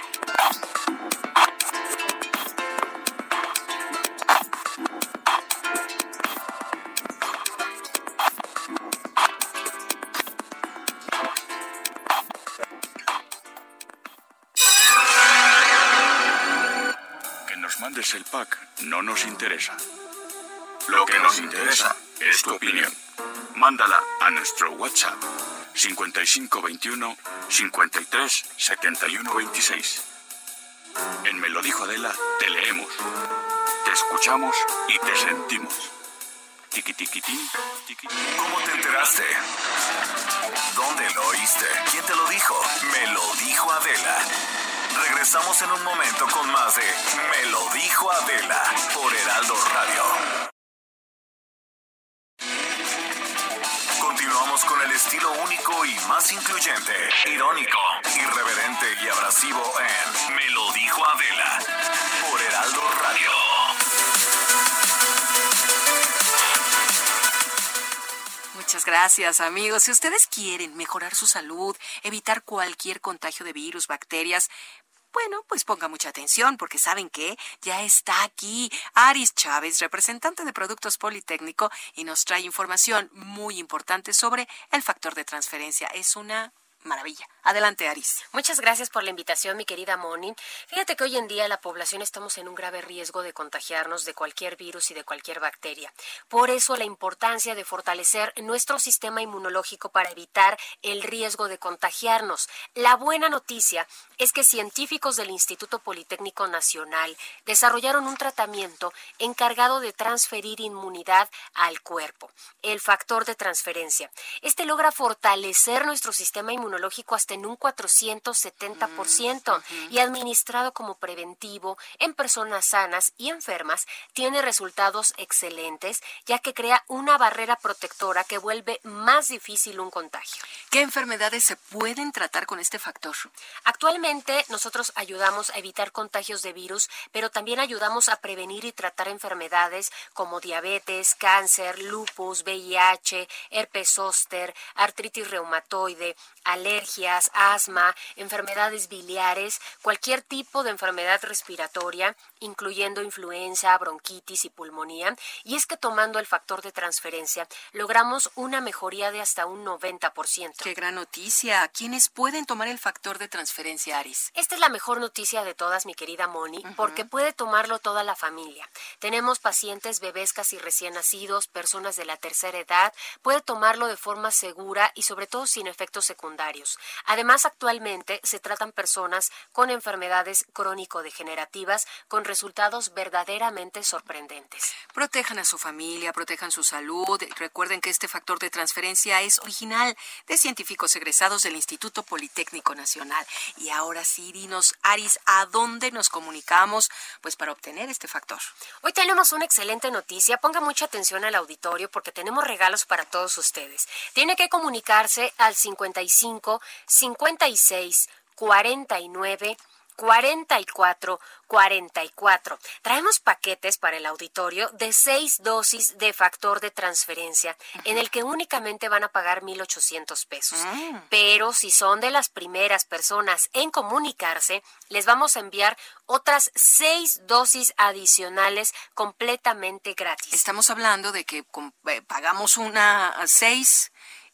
Que nos mandes el pack no nos interesa. Lo que nos interesa es tu opinión. Mándala a nuestro WhatsApp cincuenta y cinco veintiuno cincuenta y tres setenta y uno veintiséis. En Me lo dijo Adela te leemos, te escuchamos y te sentimos. Tiqui tiquitín, tiquitín. ¿Cómo te enteraste? ¿Dónde lo oíste? ¿Quién te lo dijo? Me lo dijo Adela. Regresamos en un momento con más de Me lo dijo Adela por Heraldo Radio. Continuamos con el estilo único y más incluyente, irónico, irreverente y abrasivo en Me lo dijo Adela por Heraldo Radio. Muchas gracias, amigos. Si ustedes quieren mejorar su salud, evitar cualquier contagio de virus, bacterias, bueno, pues ponga mucha atención porque ¿saben qué? Ya está aquí Aris Chávez, representante de Productos Politécnico, y nos trae información muy importante sobre el factor de transferencia. Es una maravilla. Adelante, Aris. Muchas gracias por la invitación, mi querida Moni. Fíjate que hoy en día la población estamos en un grave riesgo de contagiarnos de cualquier virus y de cualquier bacteria. Por eso la importancia de fortalecer nuestro sistema inmunológico para evitar el riesgo de contagiarnos. La buena noticia es que científicos del Instituto Politécnico Nacional desarrollaron un tratamiento encargado de transferir inmunidad al cuerpo, el factor de transferencia. Este logra fortalecer nuestro sistema inmunológico hasta en un cuatrocientos setenta por ciento mm, uh-huh. y administrado como preventivo en personas sanas y enfermas tiene resultados excelentes, ya que crea una barrera protectora que vuelve más difícil un contagio. ¿Qué enfermedades se pueden tratar con este factor? Actualmente nosotros ayudamos a evitar contagios de virus, pero también ayudamos a prevenir y tratar enfermedades como diabetes, cáncer, lupus, V I H, herpes zóster, artritis reumatoide, alergias, asma, enfermedades biliares, cualquier tipo de enfermedad respiratoria, incluyendo influenza, bronquitis y pulmonía. Y es que tomando el factor de transferencia, logramos una mejoría de hasta un noventa por ciento. ¡Qué gran noticia! ¿Quiénes pueden tomar el factor de transferencia, Aris? Esta es la mejor noticia de todas, mi querida Moni, uh-huh. porque puede tomarlo toda la familia. Tenemos pacientes, bebés casi recién nacidos, personas de la tercera edad, puede tomarlo de forma segura y sobre todo sin efectos secundarios. Además, actualmente se tratan personas con enfermedades crónico-degenerativas con resultados verdaderamente sorprendentes. Protejan a su familia, protejan su salud. Recuerden que este factor de transferencia es original de científicos egresados del Instituto Politécnico Nacional. Y ahora sí, dinos, Aris, ¿a dónde nos comunicamos pues para obtener este factor? Hoy tenemos una excelente noticia. Ponga mucha atención al auditorio porque tenemos regalos para todos ustedes. Tiene que comunicarse al cincuenta y cinco, cincuenta y seis, cuarenta y nueve, cuarenta y cuatro, cuarenta y cuatro. Traemos paquetes para el auditorio de seis dosis de factor de transferencia, en el que únicamente van a pagar mil ochocientos pesos. Mm. Pero si son de las primeras personas en comunicarse, les vamos a enviar otras seis dosis adicionales completamente gratis. Estamos hablando de que eh, pagamos una seis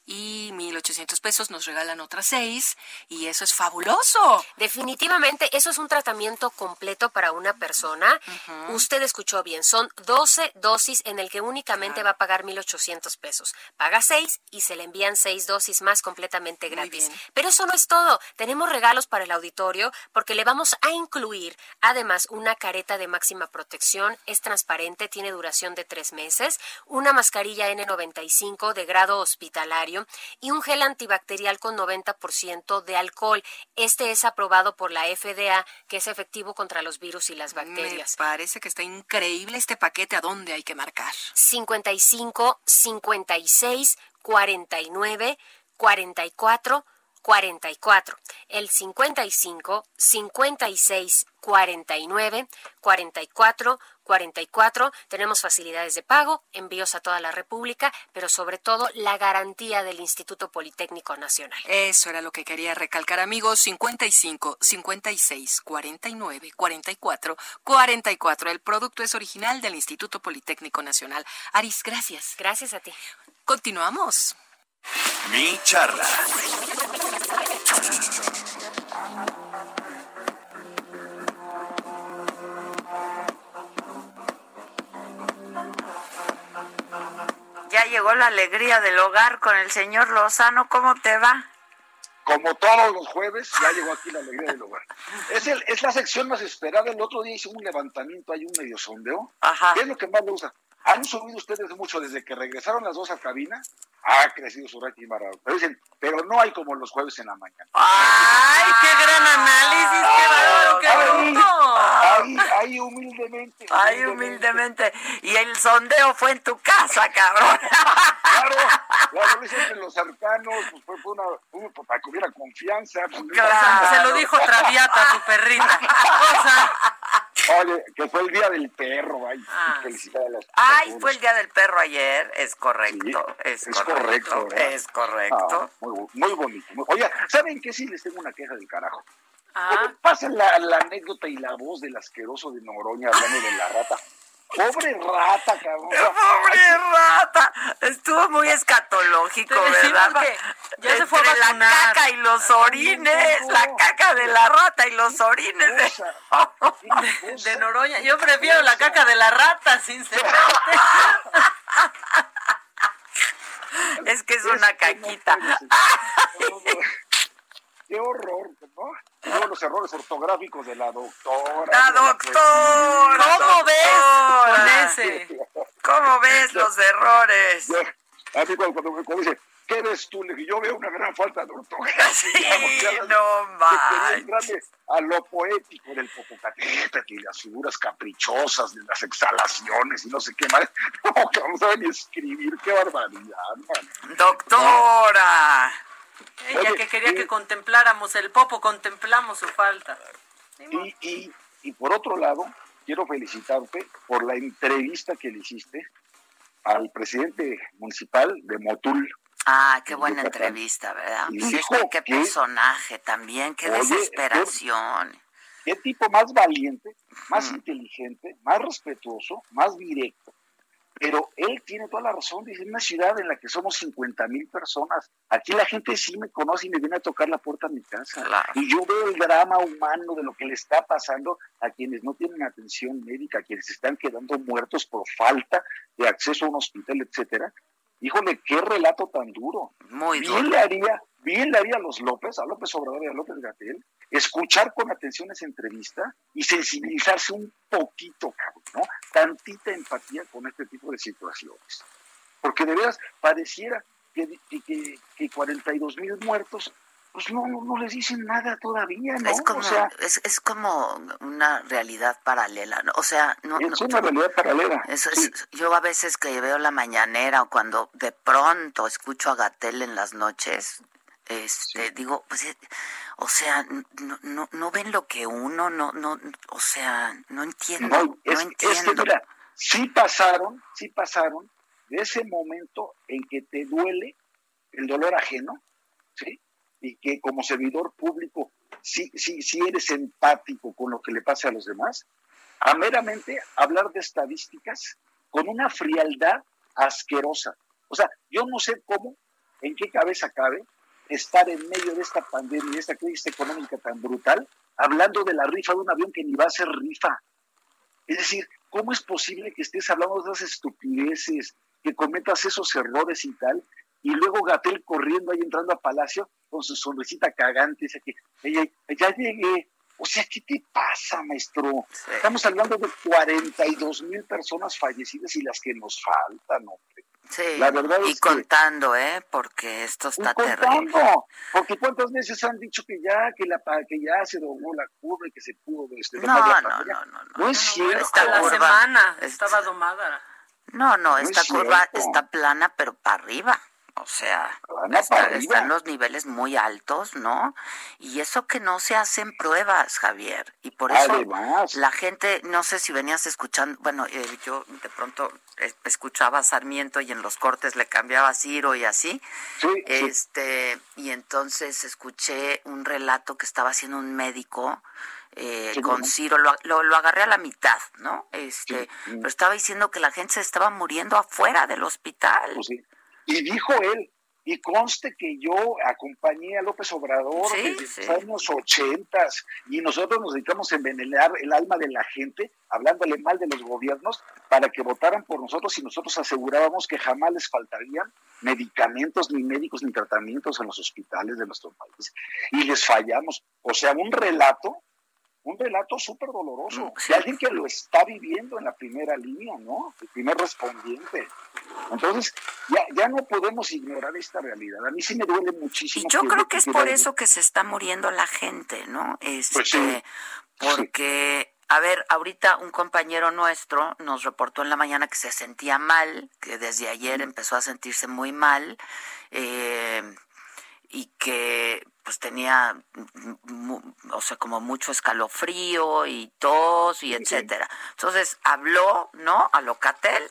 y mil ochocientos pesos nos regalan otras seis y eso es fabuloso. Definitivamente, eso es un tratamiento completo para una persona. Uh-huh. Usted escuchó bien, son doce dosis en el que únicamente claro. va a pagar mil ochocientos pesos. Paga seis y se le envían seis dosis más completamente gratis. Pero eso no es todo. Tenemos regalos para el auditorio porque le vamos a incluir además una careta de máxima protección, es transparente, tiene duración de tres meses, una mascarilla ene noventa y cinco de grado hospitalario y un gel antibacterial con noventa por ciento de alcohol. Este es aprobado por la efe de a, que es efectivo contra los virus y las bacterias. Me parece que está increíble este paquete. ¿A dónde hay que marcar? cincuenta y cinco, cincuenta y seis, cuarenta y nueve, cuarenta y cuatro, cuarenta y cuatro. El cincuenta y cinco, cincuenta y seis, cuarenta y nueve, cuarenta y cuatro, cuarenta y cuatro. Tenemos facilidades de pago, envíos a toda la República, pero sobre todo la garantía del Instituto Politécnico Nacional. Eso era lo que quería recalcar, amigos. cincuenta y cinco, cincuenta y seis, cuarenta y nueve, cuarenta y cuatro, cuarenta y cuatro. El producto es original del Instituto Politécnico Nacional. Aris, gracias. Gracias a ti. Continuamos. Mi charla. Ya llegó la alegría del hogar con el señor Lozano. ¿Cómo te va? Como todos los jueves, ya llegó aquí la alegría del hogar. Es, el, es la sección más esperada. El otro día hice un levantamiento, hay un medio sondeo. Ajá. ¿Qué es lo que más le gusta? ¿Han subido ustedes mucho desde que regresaron las dos a cabina? Ha crecido su rating barato. Pero dicen, pero no hay como los jueves en la mañana. ¡Ay, qué gran análisis! ¡Qué bárbaro, qué bruto! Ahí, ahí humildemente. Ay, humildemente. Y el sondeo fue en tu casa, cabrón. Claro, claro, lo hice entre los cercanos, pues fue, fue una, fue para que hubiera confianza. Pues, claro, se lo dijo Traviata, su perrita. O sea, oye, que fue el día del perro, ay, ah, felicidades. Ay, fue el día del perro ayer, es correcto, sí, es, es correcto, correcto es correcto. Ah, muy, muy bonito. Muy, oye, ¿saben qué? Sí les tengo una queja del carajo. Ah. Pasen la, la anécdota y la voz del asqueroso de Noroña hablando de la rata. Pobre rata, cabrón. Pobre Ay, rata. Estuvo muy escatológico, ¿verdad? Que ya se fue a vacunar. La caca y los orines. La caca de la rata y los orines de, de Noroña. Yo prefiero la caca de la rata, sinceramente. Es que es una caquita. Qué horror, ¿no? Y luego los errores ortográficos de la doctora. ¡La doctora! La ¿Cómo doctora. ves con ese? ¿Cómo ves los errores? Yo, a mí cuando, cuando, cuando dice, ¿qué ves tú? Le dije, yo veo una gran falta de ortografía. Sí, digamos, no más. A lo poético del Popocatépetl y las figuras caprichosas de las exhalaciones y no sé qué más. No, que vamos a ni escribir, qué barbaridad, man. ¡Doctora! Ella Oye, que quería y, que contempláramos el Popo, contemplamos su falta. Y, y, y por otro lado, quiero felicitarte por la entrevista que le hiciste al presidente municipal de Motul. Ah, qué buena Yucatán. Entrevista, ¿verdad? Y sí, dijo qué que, personaje también, qué oye, desesperación. Qué, qué tipo más valiente, más hmm. inteligente, más respetuoso, más directo. Pero él tiene toda la razón, dice, en una ciudad en la que somos cincuenta mil personas, aquí la gente sí me conoce y me viene a tocar la puerta a mi casa. Claro. Y yo veo el drama humano de lo que le está pasando a quienes no tienen atención médica, a quienes están quedando muertos por falta de acceso a un hospital, etcétera. Híjole, qué relato tan duro. Muy bien duro. Le haría, bien le haría a los López, a López Obrador y a López-Gatell, escuchar con atención esa entrevista y sensibilizarse un poquito, cabrón, ¿no? Tantita empatía con este tipo de situaciones. Porque de veras pareciera que, que, que cuarenta y dos mil muertos, pues no, no, no les dicen nada todavía, ¿no? Es como, o sea, es, es como una realidad paralela, ¿no? O sea, no, es no, una realidad paralela. Eso sí. es, yo a veces que veo la mañanera o cuando de pronto escucho a Gatell en las noches, este, sí. digo, pues, o sea, no, no, no ven lo que uno, no, no, o sea, no entiendo, no, es, no entiendo. Es que mira, sí pasaron, sí pasaron de ese momento en que te duele el dolor ajeno, ¿sí? Y que como servidor público sí, sí, sí eres empático con lo que le pasa a los demás, a meramente hablar de estadísticas con una frialdad asquerosa. O sea, yo no sé cómo en qué cabeza cabe estar en medio de esta pandemia, de esta crisis económica tan brutal, hablando de la rifa de un avión que ni va a ser rifa. Es decir, ¿cómo es posible que estés hablando de esas estupideces, que cometas esos errores y tal, y luego Gatell corriendo ahí entrando a Palacio con su sonrisita cagante, dice que ella, ya llegué? O sea, ¿qué te pasa, maestro? Sí. Estamos hablando de cuarenta y dos mil personas fallecidas y las que nos faltan, hombre. Sí, la verdad y es contando, que, ¿eh? Porque esto está contando, terrible. Porque cuántas veces han dicho que ya, que la que ya se dobló la curva y que se pudo... Este, no, no, no, no, no. No es cierto. Esta la curva, semana estaba domada. No, no, esta no curva cierto. Está plana, pero para arriba. O sea, está, están los niveles muy altos, ¿no? Y eso que no se hacen pruebas, Javier. Y por eso Además. la gente, no sé si venías escuchando, bueno, eh, yo de pronto escuchaba a Sarmiento y en los cortes le cambiaba a Ciro y así. Sí, este sí. Y entonces escuché un relato que estaba haciendo un médico eh, sí, con ¿no? Ciro, lo, lo, lo agarré a la mitad, ¿no? Este, sí. Pero estaba diciendo que la gente se estaba muriendo afuera del hospital. Pues sí. Y dijo él, y conste que yo acompañé a López Obrador sí, desde sí. los años ochentas, y nosotros nos dedicamos a envenenar el alma de la gente, hablándole mal de los gobiernos, para que votaran por nosotros, y nosotros asegurábamos que jamás les faltarían medicamentos, ni médicos, ni tratamientos en los hospitales de nuestro país. Y les fallamos. O sea, un relato, un relato súper doloroso, sí. de alguien que lo está viviendo en la primera línea, ¿no? El primer respondiente. Entonces, ya, ya no podemos ignorar esta realidad. A mí sí me duele muchísimo. Y yo que creo que es por ver. eso que se está muriendo la gente, ¿no? Este, pues sí. Porque, sí. a ver, ahorita un compañero nuestro nos reportó en la mañana que se sentía mal, que desde ayer empezó a sentirse muy mal, eh, y que pues tenía, o sea, como mucho escalofrío y tos y etcétera. Entonces habló, ¿no?, a Locatel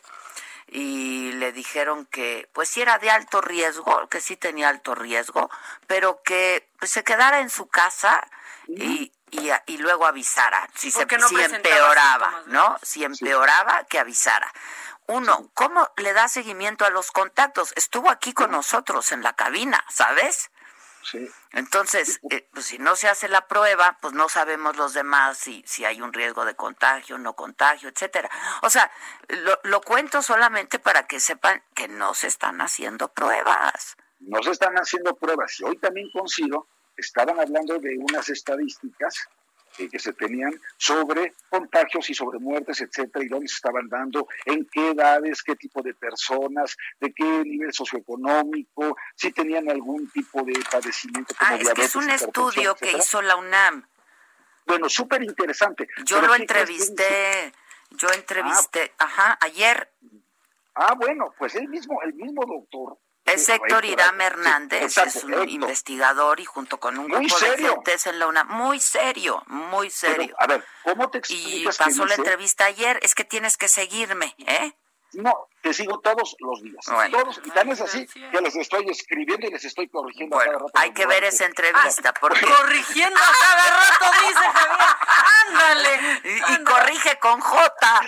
y le dijeron que pues sí era de alto riesgo, que sí tenía alto riesgo, pero que pues se quedara en su casa y, y, y luego avisara si, se, no si empeoraba, ¿no? Si empeoraba, que avisara. Uno, ¿cómo le da seguimiento a los contactos? Estuvo aquí con nosotros en la cabina, ¿sabes? Sí. Entonces, eh, pues si no se hace la prueba, pues no sabemos los demás si, si hay un riesgo de contagio, no contagio, etcétera. O sea, lo, lo cuento solamente para que sepan que no se están haciendo pruebas. No se están haciendo pruebas. Y hoy también consigo, estaban hablando de unas estadísticas que se tenían sobre contagios y sobre muertes, etcétera, y dónde se estaban dando, en qué edades, qué tipo de personas, de qué nivel socioeconómico, si tenían algún tipo de padecimiento como ah, es diabetes, que es un estudio etcétera. Que hizo la UNAM. Bueno, súper interesante. Yo lo entrevisté, yo entrevisté, ah, ajá, ayer. Ah, bueno, pues el mismo, el mismo doctor. Es Héctor Irán Hernández, sí, exacto, es un Héctor. investigador y junto con un grupo de gentes en la UNAM, muy serio, muy serio. Pero, a ver, ¿cómo te explicas? Y pasó la entrevista ayer, es que tienes que seguirme, ¿eh? No, te sigo todos los días, bueno. todos, y tan es así que les estoy escribiendo y les estoy corrigiendo bueno, a cada rato. Hay que ver esa entrevista, ah, porque... Corrigiendo a cada rato, dice Javier, ándale. Y, ándale. Y corrige con J.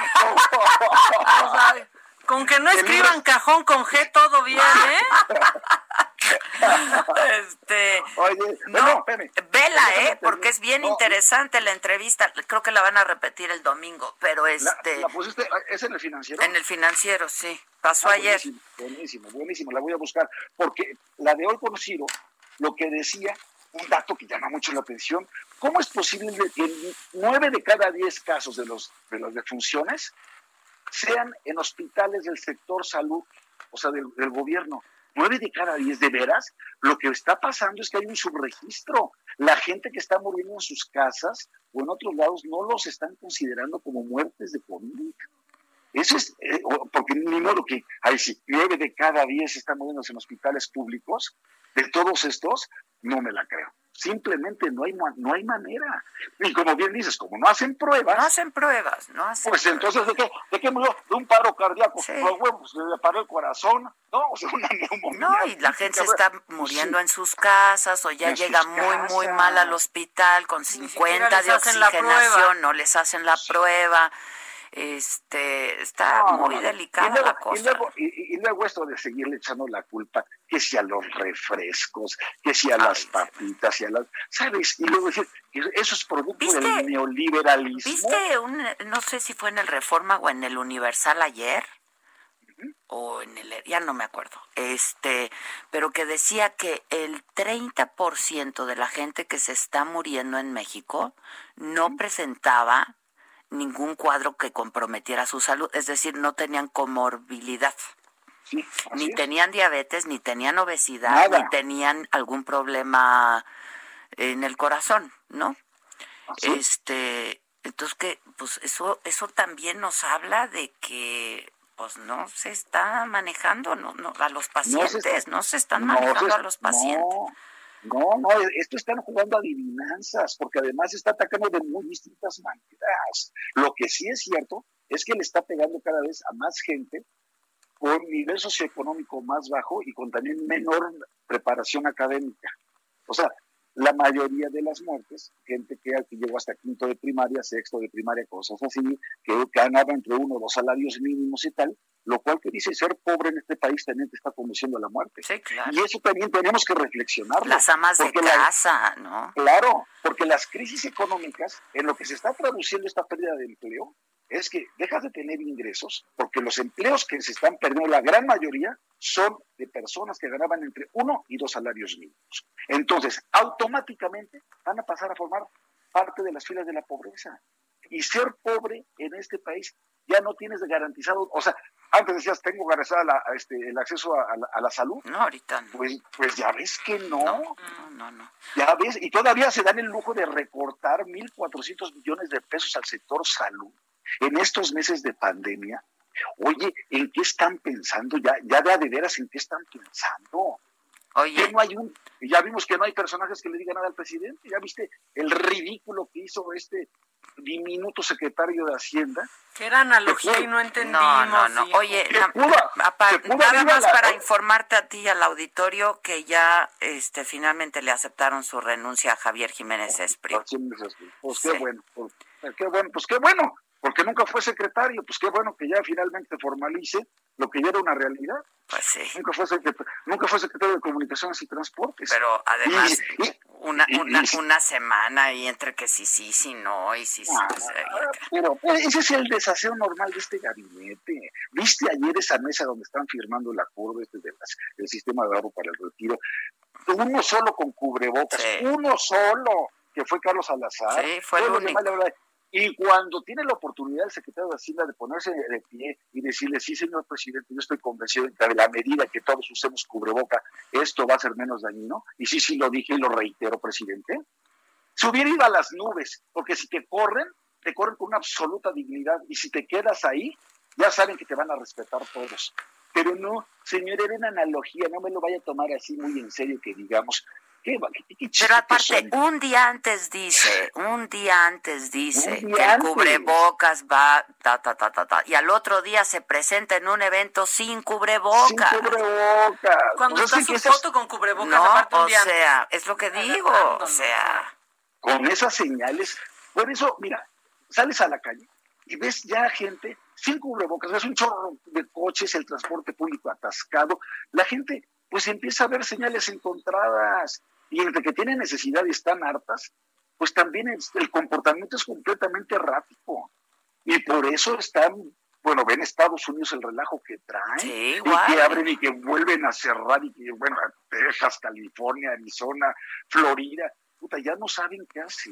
Con que no escriban cajón con G, todo bien, ¿eh? este, Oye, no, no, espérame. Vela, ¿eh? Porque es bien no. interesante la entrevista. Creo que la van a repetir el domingo, pero este... ¿La, la pusiste? ¿Es en el Financiero? En el Financiero, sí. Pasó ah, ayer. Buenísimo, buenísimo, buenísimo. La voy a buscar. Porque la de hoy conocido, lo que decía, un dato que llama mucho la atención, ¿cómo es posible que nueve de cada diez casos de, los, de las defunciones sean en hospitales del sector salud, o sea, del, del gobierno? Nueve de cada diez, ¿de veras? Lo que está pasando es que hay un subregistro. La gente que está muriendo en sus casas o en otros lados no los están considerando como muertes de COVID. Eso es, eh, porque ni modo que, ay, sí, nueve de cada diez están muriendo en hospitales públicos. De todos estos, no me la creo. Simplemente no hay no hay manera. Y como bien dices, como no hacen pruebas... No hacen pruebas, no hacen Pues pruebas. entonces, ¿de qué, ¿de qué murió? De un paro cardíaco. Sí. Los huevos, le paró el corazón. No, o sea, una neumonía. No, y la gente se está muriendo sí. en sus casas o ya en llega muy, casas. muy mal al hospital con cincuenta de oxigenación, no les hacen la sí. prueba. Este, está No, muy no. delicada y luego, la cosa. Y luego, y, y luego esto de seguirle echando la culpa, que si a los refrescos, que si a Ay, las papitas, y a las... ¿Sabes? Y luego decir, eso es producto ¿Viste, del neoliberalismo. ¿Viste un, no sé si fue en el Reforma o en el Universal ayer? Uh-huh. O en el, ya no me acuerdo, este, pero que decía que el treinta por ciento de la gente que se está muriendo en México no uh-huh. presentaba ningún cuadro que comprometiera su salud, es decir, no tenían comorbilidad. Sí, ni es. tenían diabetes, ni tenían obesidad, Nada. ni tenían algún problema en el corazón, ¿no? ¿Así? Este, entonces que, pues eso, eso también nos habla de que, pues no se está manejando, no, no a los pacientes, no se, está, no se están no manejando se, a los pacientes. No, no, no, esto están jugando adivinanzas, porque además se está atacando de muy distintas maneras. Lo que sí es cierto es que le está pegando cada vez a más gente con nivel socioeconómico más bajo y con también menor preparación académica. O sea, la mayoría de las muertes, gente que, que llegó hasta quinto de primaria, sexto de primaria, cosas así, que ganaba entre uno o dos salarios mínimos y tal, lo cual que dice ser pobre en este país también te está conduciendo a la muerte. Sí, claro. Y eso también tenemos que reflexionarlo. Las amas de casa, la, ¿no? Claro, porque las crisis económicas, en lo que se está traduciendo esta pérdida de empleo, es que dejas de tener ingresos, porque los empleos que se están perdiendo, la gran mayoría, son de personas que ganaban entre uno y dos salarios mínimos. Entonces, automáticamente van a pasar a formar parte de las filas de la pobreza. Y ser pobre en este país ya no tienes garantizado, o sea, antes decías, tengo garantizado la, este, el acceso a, a, la, a la salud. No, ahorita no. Pues, pues ya ves que no. No, no, no, no. Ya ves, y todavía se dan el lujo de recortar mil cuatrocientos millones de pesos al sector salud en estos meses de pandemia. Oye, ¿en qué están pensando? Ya, ya de a de veras, ¿en qué están pensando? Oye. Que no hay un, ya vimos que no hay personajes que le digan nada al presidente. ¿Ya viste el ridículo que hizo este diminuto secretario de Hacienda? Que era analogía y no entendimos. No, no, no. Oye, na, pudo, apart, nada más la, para informarte a ti y al auditorio que ya este finalmente le aceptaron su renuncia a Javier Jiménez Espriu. Pues qué sí. bueno, pues qué bueno, pues qué bueno, porque nunca fue secretario, pues qué bueno que ya finalmente formalice lo que ya era una realidad. Pues sí. Nunca fue secretario, nunca fue secretario de Comunicaciones y Transportes. Pero además, y, y, una, y, una, y, una semana y entre que sí, sí, sí, no, y sí, sí. Ah, pues, pero ese es el desaseo normal de este gabinete. ¿Viste ayer esa mesa donde están firmando el acuerdo este de las, del sistema de ahorro para el retiro? Uno solo con cubrebocas, sí. uno solo, que fue Carlos Salazar. Sí, fue el único. Y cuando tiene la oportunidad el secretario de Hacienda de ponerse de pie y decirle, sí, señor presidente, yo estoy convencido de que a la medida que todos usemos cubreboca, esto va a ser menos dañino, y sí, sí lo dije y lo reitero, presidente, se hubiera ido a las nubes, porque si te corren, te corren con una absoluta dignidad, y si te quedas ahí, ya saben que te van a respetar todos. Pero no, señor, era una analogía, no me lo vaya a tomar así muy en serio que digamos... ¿Qué, qué, qué Pero aparte, un día antes dice, un día antes dice día que antes. el cubrebocas va, ta, ta, ta, ta, ta, y al otro día se presenta en un evento sin cubrebocas. Sin cubrebocas. Cuando pues está su foto es... con cubrebocas, no, aparte un día o sea, es lo que digo, o sea. Con esas señales, por eso, mira, sales a la calle y ves ya gente sin cubrebocas, ves un chorro de coches, el transporte público atascado, la gente pues empieza a ver señales encontradas, y entre que tienen necesidad y están hartas, pues también el, el comportamiento es completamente errático. Y por eso están, bueno, ven Estados Unidos el relajo que traen, sí, y que abren y que vuelven a cerrar, y que, bueno, Texas, California, Arizona, Florida, puta, ya no saben qué hacer,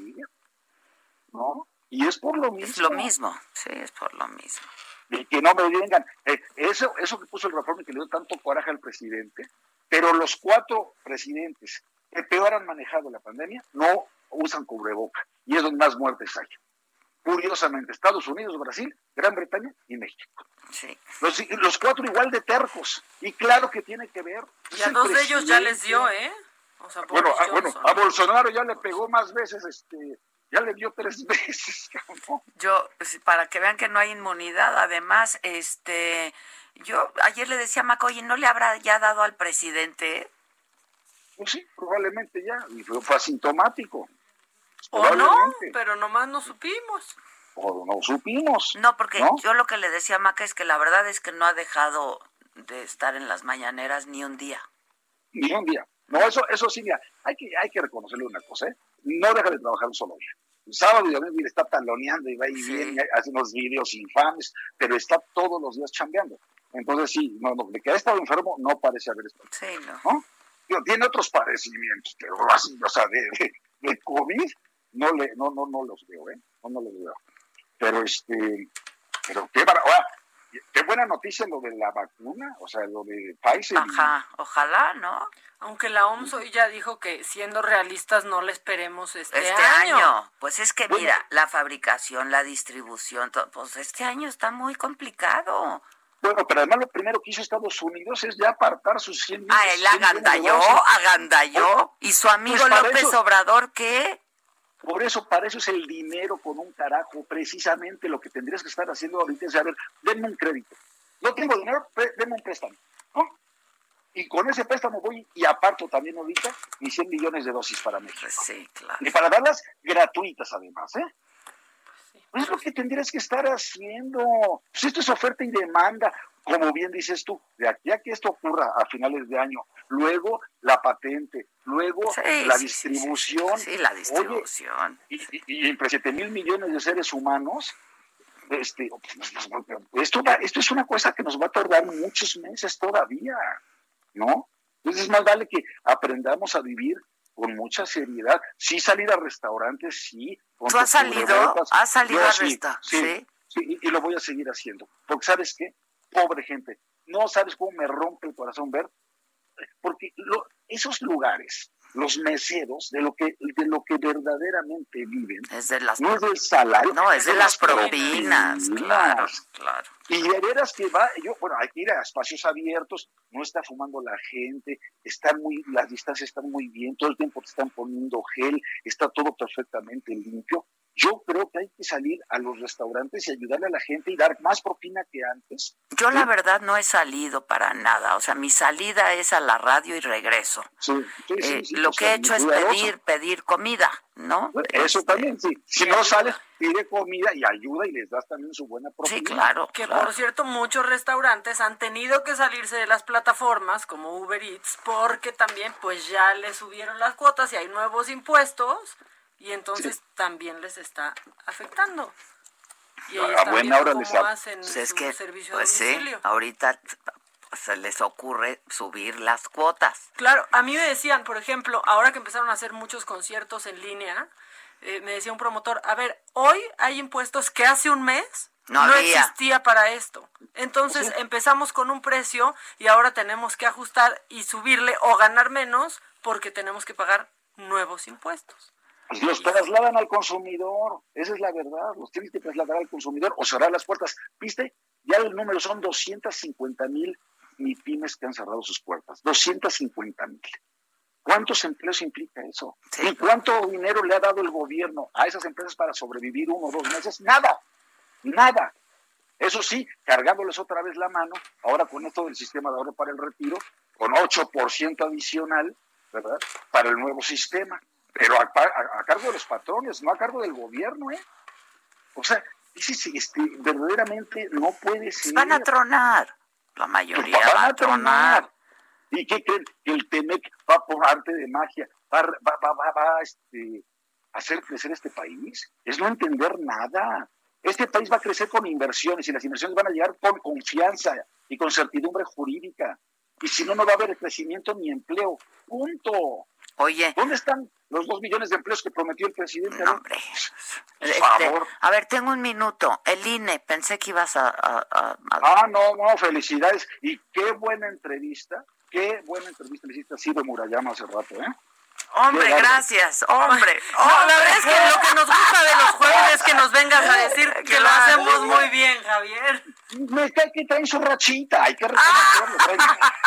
¿no? Y es por lo mismo. Es lo mismo, sí, es por lo mismo. Y que no me digan, eh, eso, eso que puso el Reforma y que le dio tanto coraje al presidente, pero los cuatro presidentes que peor han manejado la pandemia no usan cubreboca, y es donde más muertes hay. Curiosamente, Estados Unidos, Brasil, Gran Bretaña y México. Sí. Los, los cuatro igual de tercos, y claro que tiene que ver. Y a dos de ellos ya les dio, ¿eh? O sea, bueno, a, bueno, a Bolsonaro ya le pegó más veces, este... ya le dio tres veces. Yo, para que vean que no hay inmunidad, además, este, yo ayer le decía a Maca, oye, ¿no le habrá ya dado al presidente? Pues sí, probablemente ya, y fue, fue asintomático. O no, pero nomás no supimos. o no supimos. No, porque ¿no? yo lo que le decía a Maca es que la verdad es que no ha dejado de estar en las mañaneras ni un día. Ni un día. No, eso, eso sí, mira, hay que, hay que reconocerle una cosa, ¿eh? No deja de trabajar un solo día. El sábado y domingo le está taloneando y va y sí. viene, hace unos videos infames, pero está todos los días chambeando. Entonces sí, no, no, de que ha estado enfermo no parece haber estado. Sí, no. ¿no? Digo, tiene otros padecimientos, pero así, o sea, de, de, de COVID no le, no, no, no los veo, ¿eh? No, no los veo. Pero este, pero qué bar... Ahora, qué buena noticia lo de la vacuna, o sea, lo de Pfizer. Ajá, ojalá, ¿no? Aunque la O M S hoy ya dijo que, siendo realistas, no le esperemos este, este año. año. Pues es que, mira, la fabricación, la distribución, todo, pues este año está muy complicado. Bueno, pero además lo primero que hizo Estados Unidos es ya apartar sus cien mil. Ah, él agandalló, agandalló. ¿Y su amigo pues López eso, Obrador qué? Por eso, para eso es el dinero con un carajo. Precisamente lo que tendrías que estar haciendo ahorita es, a ver, denme un crédito. No tengo dinero, denme un préstamo, ¿no? Y con ese préstamo voy y aparto también ahorita mis cien millones de dosis para México. Sí, claro. Y para darlas gratuitas además, ¿eh? Sí, pues es lo que tendrías que estar haciendo. Pues esto es oferta y demanda, como bien dices tú, de aquí a que esto ocurra a finales de año, luego la patente, luego sí, la sí, distribución. Sí, sí, sí, la distribución. Oye, y, y entre siete mil millones de seres humanos, este, esto, va, esto es una cosa que nos va a tardar muchos meses todavía, ¿no? Entonces más vale que aprendamos a vivir con mucha seriedad. Sí, salir a restaurantes, sí. ¿Tú has salido? ¿Has salido a restaurantes? Sí, sí, sí, y, y lo voy a seguir haciendo. Porque ¿sabes qué? Pobre gente, no sabes cómo me rompe el corazón ver, porque lo, esos lugares, los meseros, de lo que de lo que verdaderamente viven, es de las, no es del salario, no, es de, de las propinas, propinas, claro, claro. Y de veras que va, yo, bueno, hay que ir a espacios abiertos, no está fumando la gente, está muy, las distancias están muy bien, todo el tiempo te están poniendo gel, está todo perfectamente limpio. Yo creo que hay que salir a los restaurantes y ayudarle a la gente y dar más propina que antes. Yo, ¿sí? La verdad, no he salido para nada. O sea, mi salida es a la radio y regreso. Sí, sí, eh, sí, sí, lo que sea, he hecho es pedir, pedir comida, ¿no? Eso este, también, sí. Si no sales, pide comida y ayuda y les das también su buena propina. Sí, claro. Que, claro. por cierto, muchos restaurantes han tenido que salirse de las plataformas como Uber Eats porque también, pues, ya les subieron las cuotas y hay nuevos impuestos. Y entonces sí. también les está afectando. Y a buena hora les ha... hacen pues es su que, servicio pues a domicilio. Sí, ahorita se les ocurre subir las cuotas. Claro, a mí me decían, por ejemplo, ahora que empezaron a hacer muchos conciertos en línea, eh, me decía un promotor, a ver, hoy hay impuestos que hace un mes no, no existía para esto. Entonces ¿sí? empezamos con un precio y ahora tenemos que ajustar y subirle o ganar menos porque tenemos que pagar nuevos impuestos. Pues los trasladan al consumidor, esa es la verdad, los tienes que trasladar al consumidor o cerrar las puertas. ¿Viste? Ya el número son doscientas cincuenta mil MIPYMES que han cerrado sus puertas, doscientas cincuenta mil. ¿Cuántos empleos implica eso? Sí. ¿Y cuánto dinero le ha dado el gobierno a esas empresas para sobrevivir uno o dos meses? Nada, nada. Eso sí, cargándoles otra vez la mano, ahora con esto del sistema de ahorro para el retiro, con ocho por ciento adicional, ¿verdad? Para el nuevo sistema. Pero a, a, a cargo de los patrones, no a cargo del gobierno, ¿eh? O sea, este, este, verdaderamente no puede ser. Van a tronar, la mayoría van va a tronar. tronar. ¿Y qué creen? Que el Temec va por arte de magia, va, va, va, va, va este, a hacer crecer este país. Es no entender nada. Este país va a crecer con inversiones y las inversiones van a llegar con confianza y con certidumbre jurídica. Y si no, no va a haber crecimiento ni empleo. Punto. Oye. ¿Dónde están los dos millones de empleos que prometió el presidente? No, hombre. Por este, favor. A ver, tengo un minuto. El I N E, pensé que ibas a, a, a, a... Ah, no, no, felicidades. Y qué buena entrevista, qué buena entrevista le hiciste a Ciro Murayama hace rato, ¿eh? Hombre, gracias, hombre. No, hombre. La verdad es que lo que nos gusta de los jueves es que nos vengas a decir que claro, lo hacemos muy bien, Javier. Me cae que traen su rachita, hay que reconocerlo. Traen,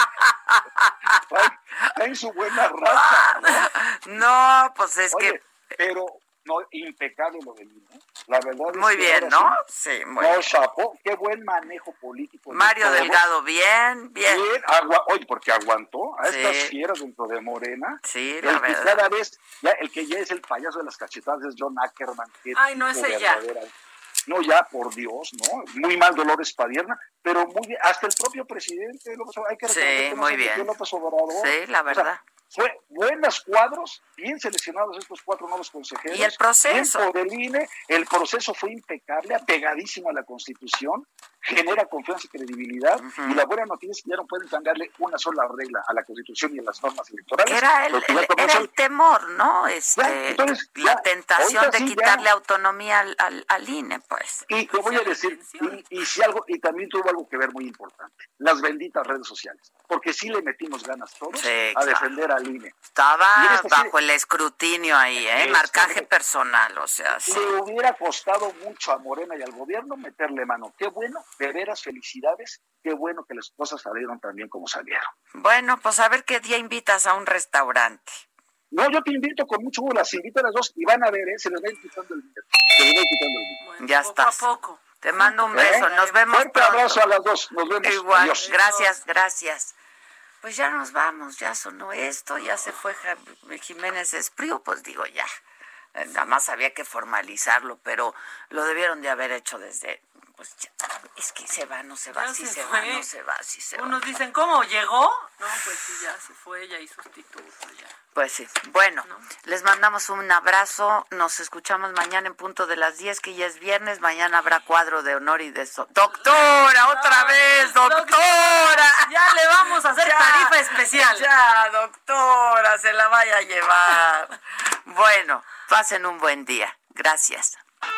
traen, traen su buena racha. No, no pues es Oye, que... Pero no, impecable lo del I N E. La verdad muy es que bien, ¿no? Sí, sí muy no, bien. Chapo, qué buen manejo político. Mario Delgado, bien, bien. Bien, agua, oye, porque aguantó a sí. estas fieras dentro de Morena. Sí, la el verdad. Que cada vez, ya, el que ya es el payaso de las cachetadas es John Ackerman. Ay, no, ese ya. no ya, por Dios, ¿no? Muy mal Dolores Padierna, pero muy bien, hasta el propio presidente López Obrador, hay que recordar sí, que muy bien. López Obrador. Sí, la verdad. O sea, fue buenos cuadros, bien seleccionados estos cuatro nuevos consejeros. Y el proceso. Bien por el I N E, el proceso fue impecable, apegadísimo a la Constitución, genera confianza y credibilidad, uh-huh. y la buena noticia es que ya no pueden cambiarle una sola regla a la Constitución y a las normas electorales. Era el, el, era el temor, ¿no? Este, ya, entonces, la ya, tentación de sí, quitarle ya. autonomía al, al, al I N E, pues. Y te voy a decir, y, y, si algo, y también tuvo algo que ver muy importante, las benditas redes sociales, porque sí le metimos ganas todos sí, a claro. defender al I N E. Estaba este bajo sí, el escrutinio ahí, ¿eh? Es, marcaje personal, o sea. Sí. Le hubiera costado mucho a Morena y al gobierno meterle mano. Qué bueno, de veras, felicidades. Qué bueno que las cosas salieron tan bien como salieron. Bueno, pues a ver qué día invitas a un restaurante. No, yo te invito con mucho gusto, las invito a las dos y van a ver, ¿eh? Se les va quitando el dinero. Se les va quitando el dinero. Bueno, ya estás. Poco a poco. Te mando un beso, ¿Eh? Nos vemos Fuerte pronto. Abrazo a las dos, nos vemos. Igual, Adiós. Gracias, gracias. Pues ya nos vamos, ya sonó esto, ya se fue Jiménez Espriu, pues digo ya, nada más había que formalizarlo, pero lo debieron de haber hecho desde, pues ya, es que se va, no se va, si se, se va, no se va, si se Unos va. Unos dicen, ¿cómo? ¿Llegó? No, pues sí, ya se fue, ya hay sustituto, ya. Pues sí, bueno, ¿no? Les mandamos un abrazo, nos escuchamos mañana en punto de las diez, que ya es viernes, mañana habrá cuadro de honor y de so... ¡Doctora, otra vez, doctora! doctora ya le vamos a hacer ya, tarifa especial. Ya, doctora, se la vaya a llevar. Bueno, pasen un buen día. Gracias.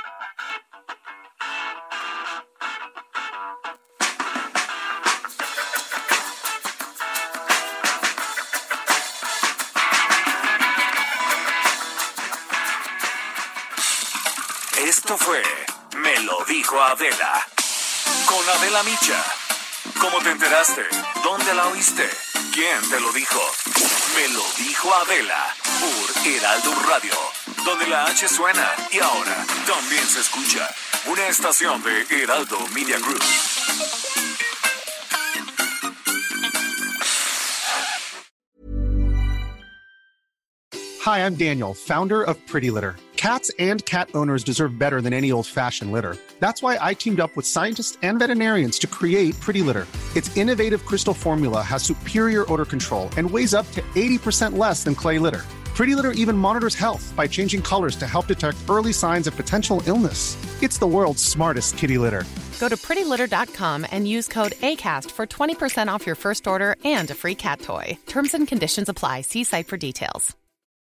Esto fue Me lo dijo Adela, con Adela Micha. ¿Cómo te enteraste? ¿Dónde la oíste? ¿Quién te lo dijo? Me lo dijo Adela, por Heraldo Radio, donde la H suena y ahora también se escucha. Una estación de Heraldo Media Group. Hi, I'm Daniel, founder of Pretty Litter. Cats and cat owners deserve better than any old-fashioned litter. That's why I teamed up with scientists and veterinarians to create Pretty Litter. Its innovative crystal formula has superior odor control and weighs up to eighty percent less than clay litter. Pretty Litter even monitors health by changing colors to help detect early signs of potential illness. It's the world's smartest kitty litter. Go to pretty litter dot com and use code ACAST for twenty percent off your first order and a free cat toy. Terms and conditions apply. See site for details.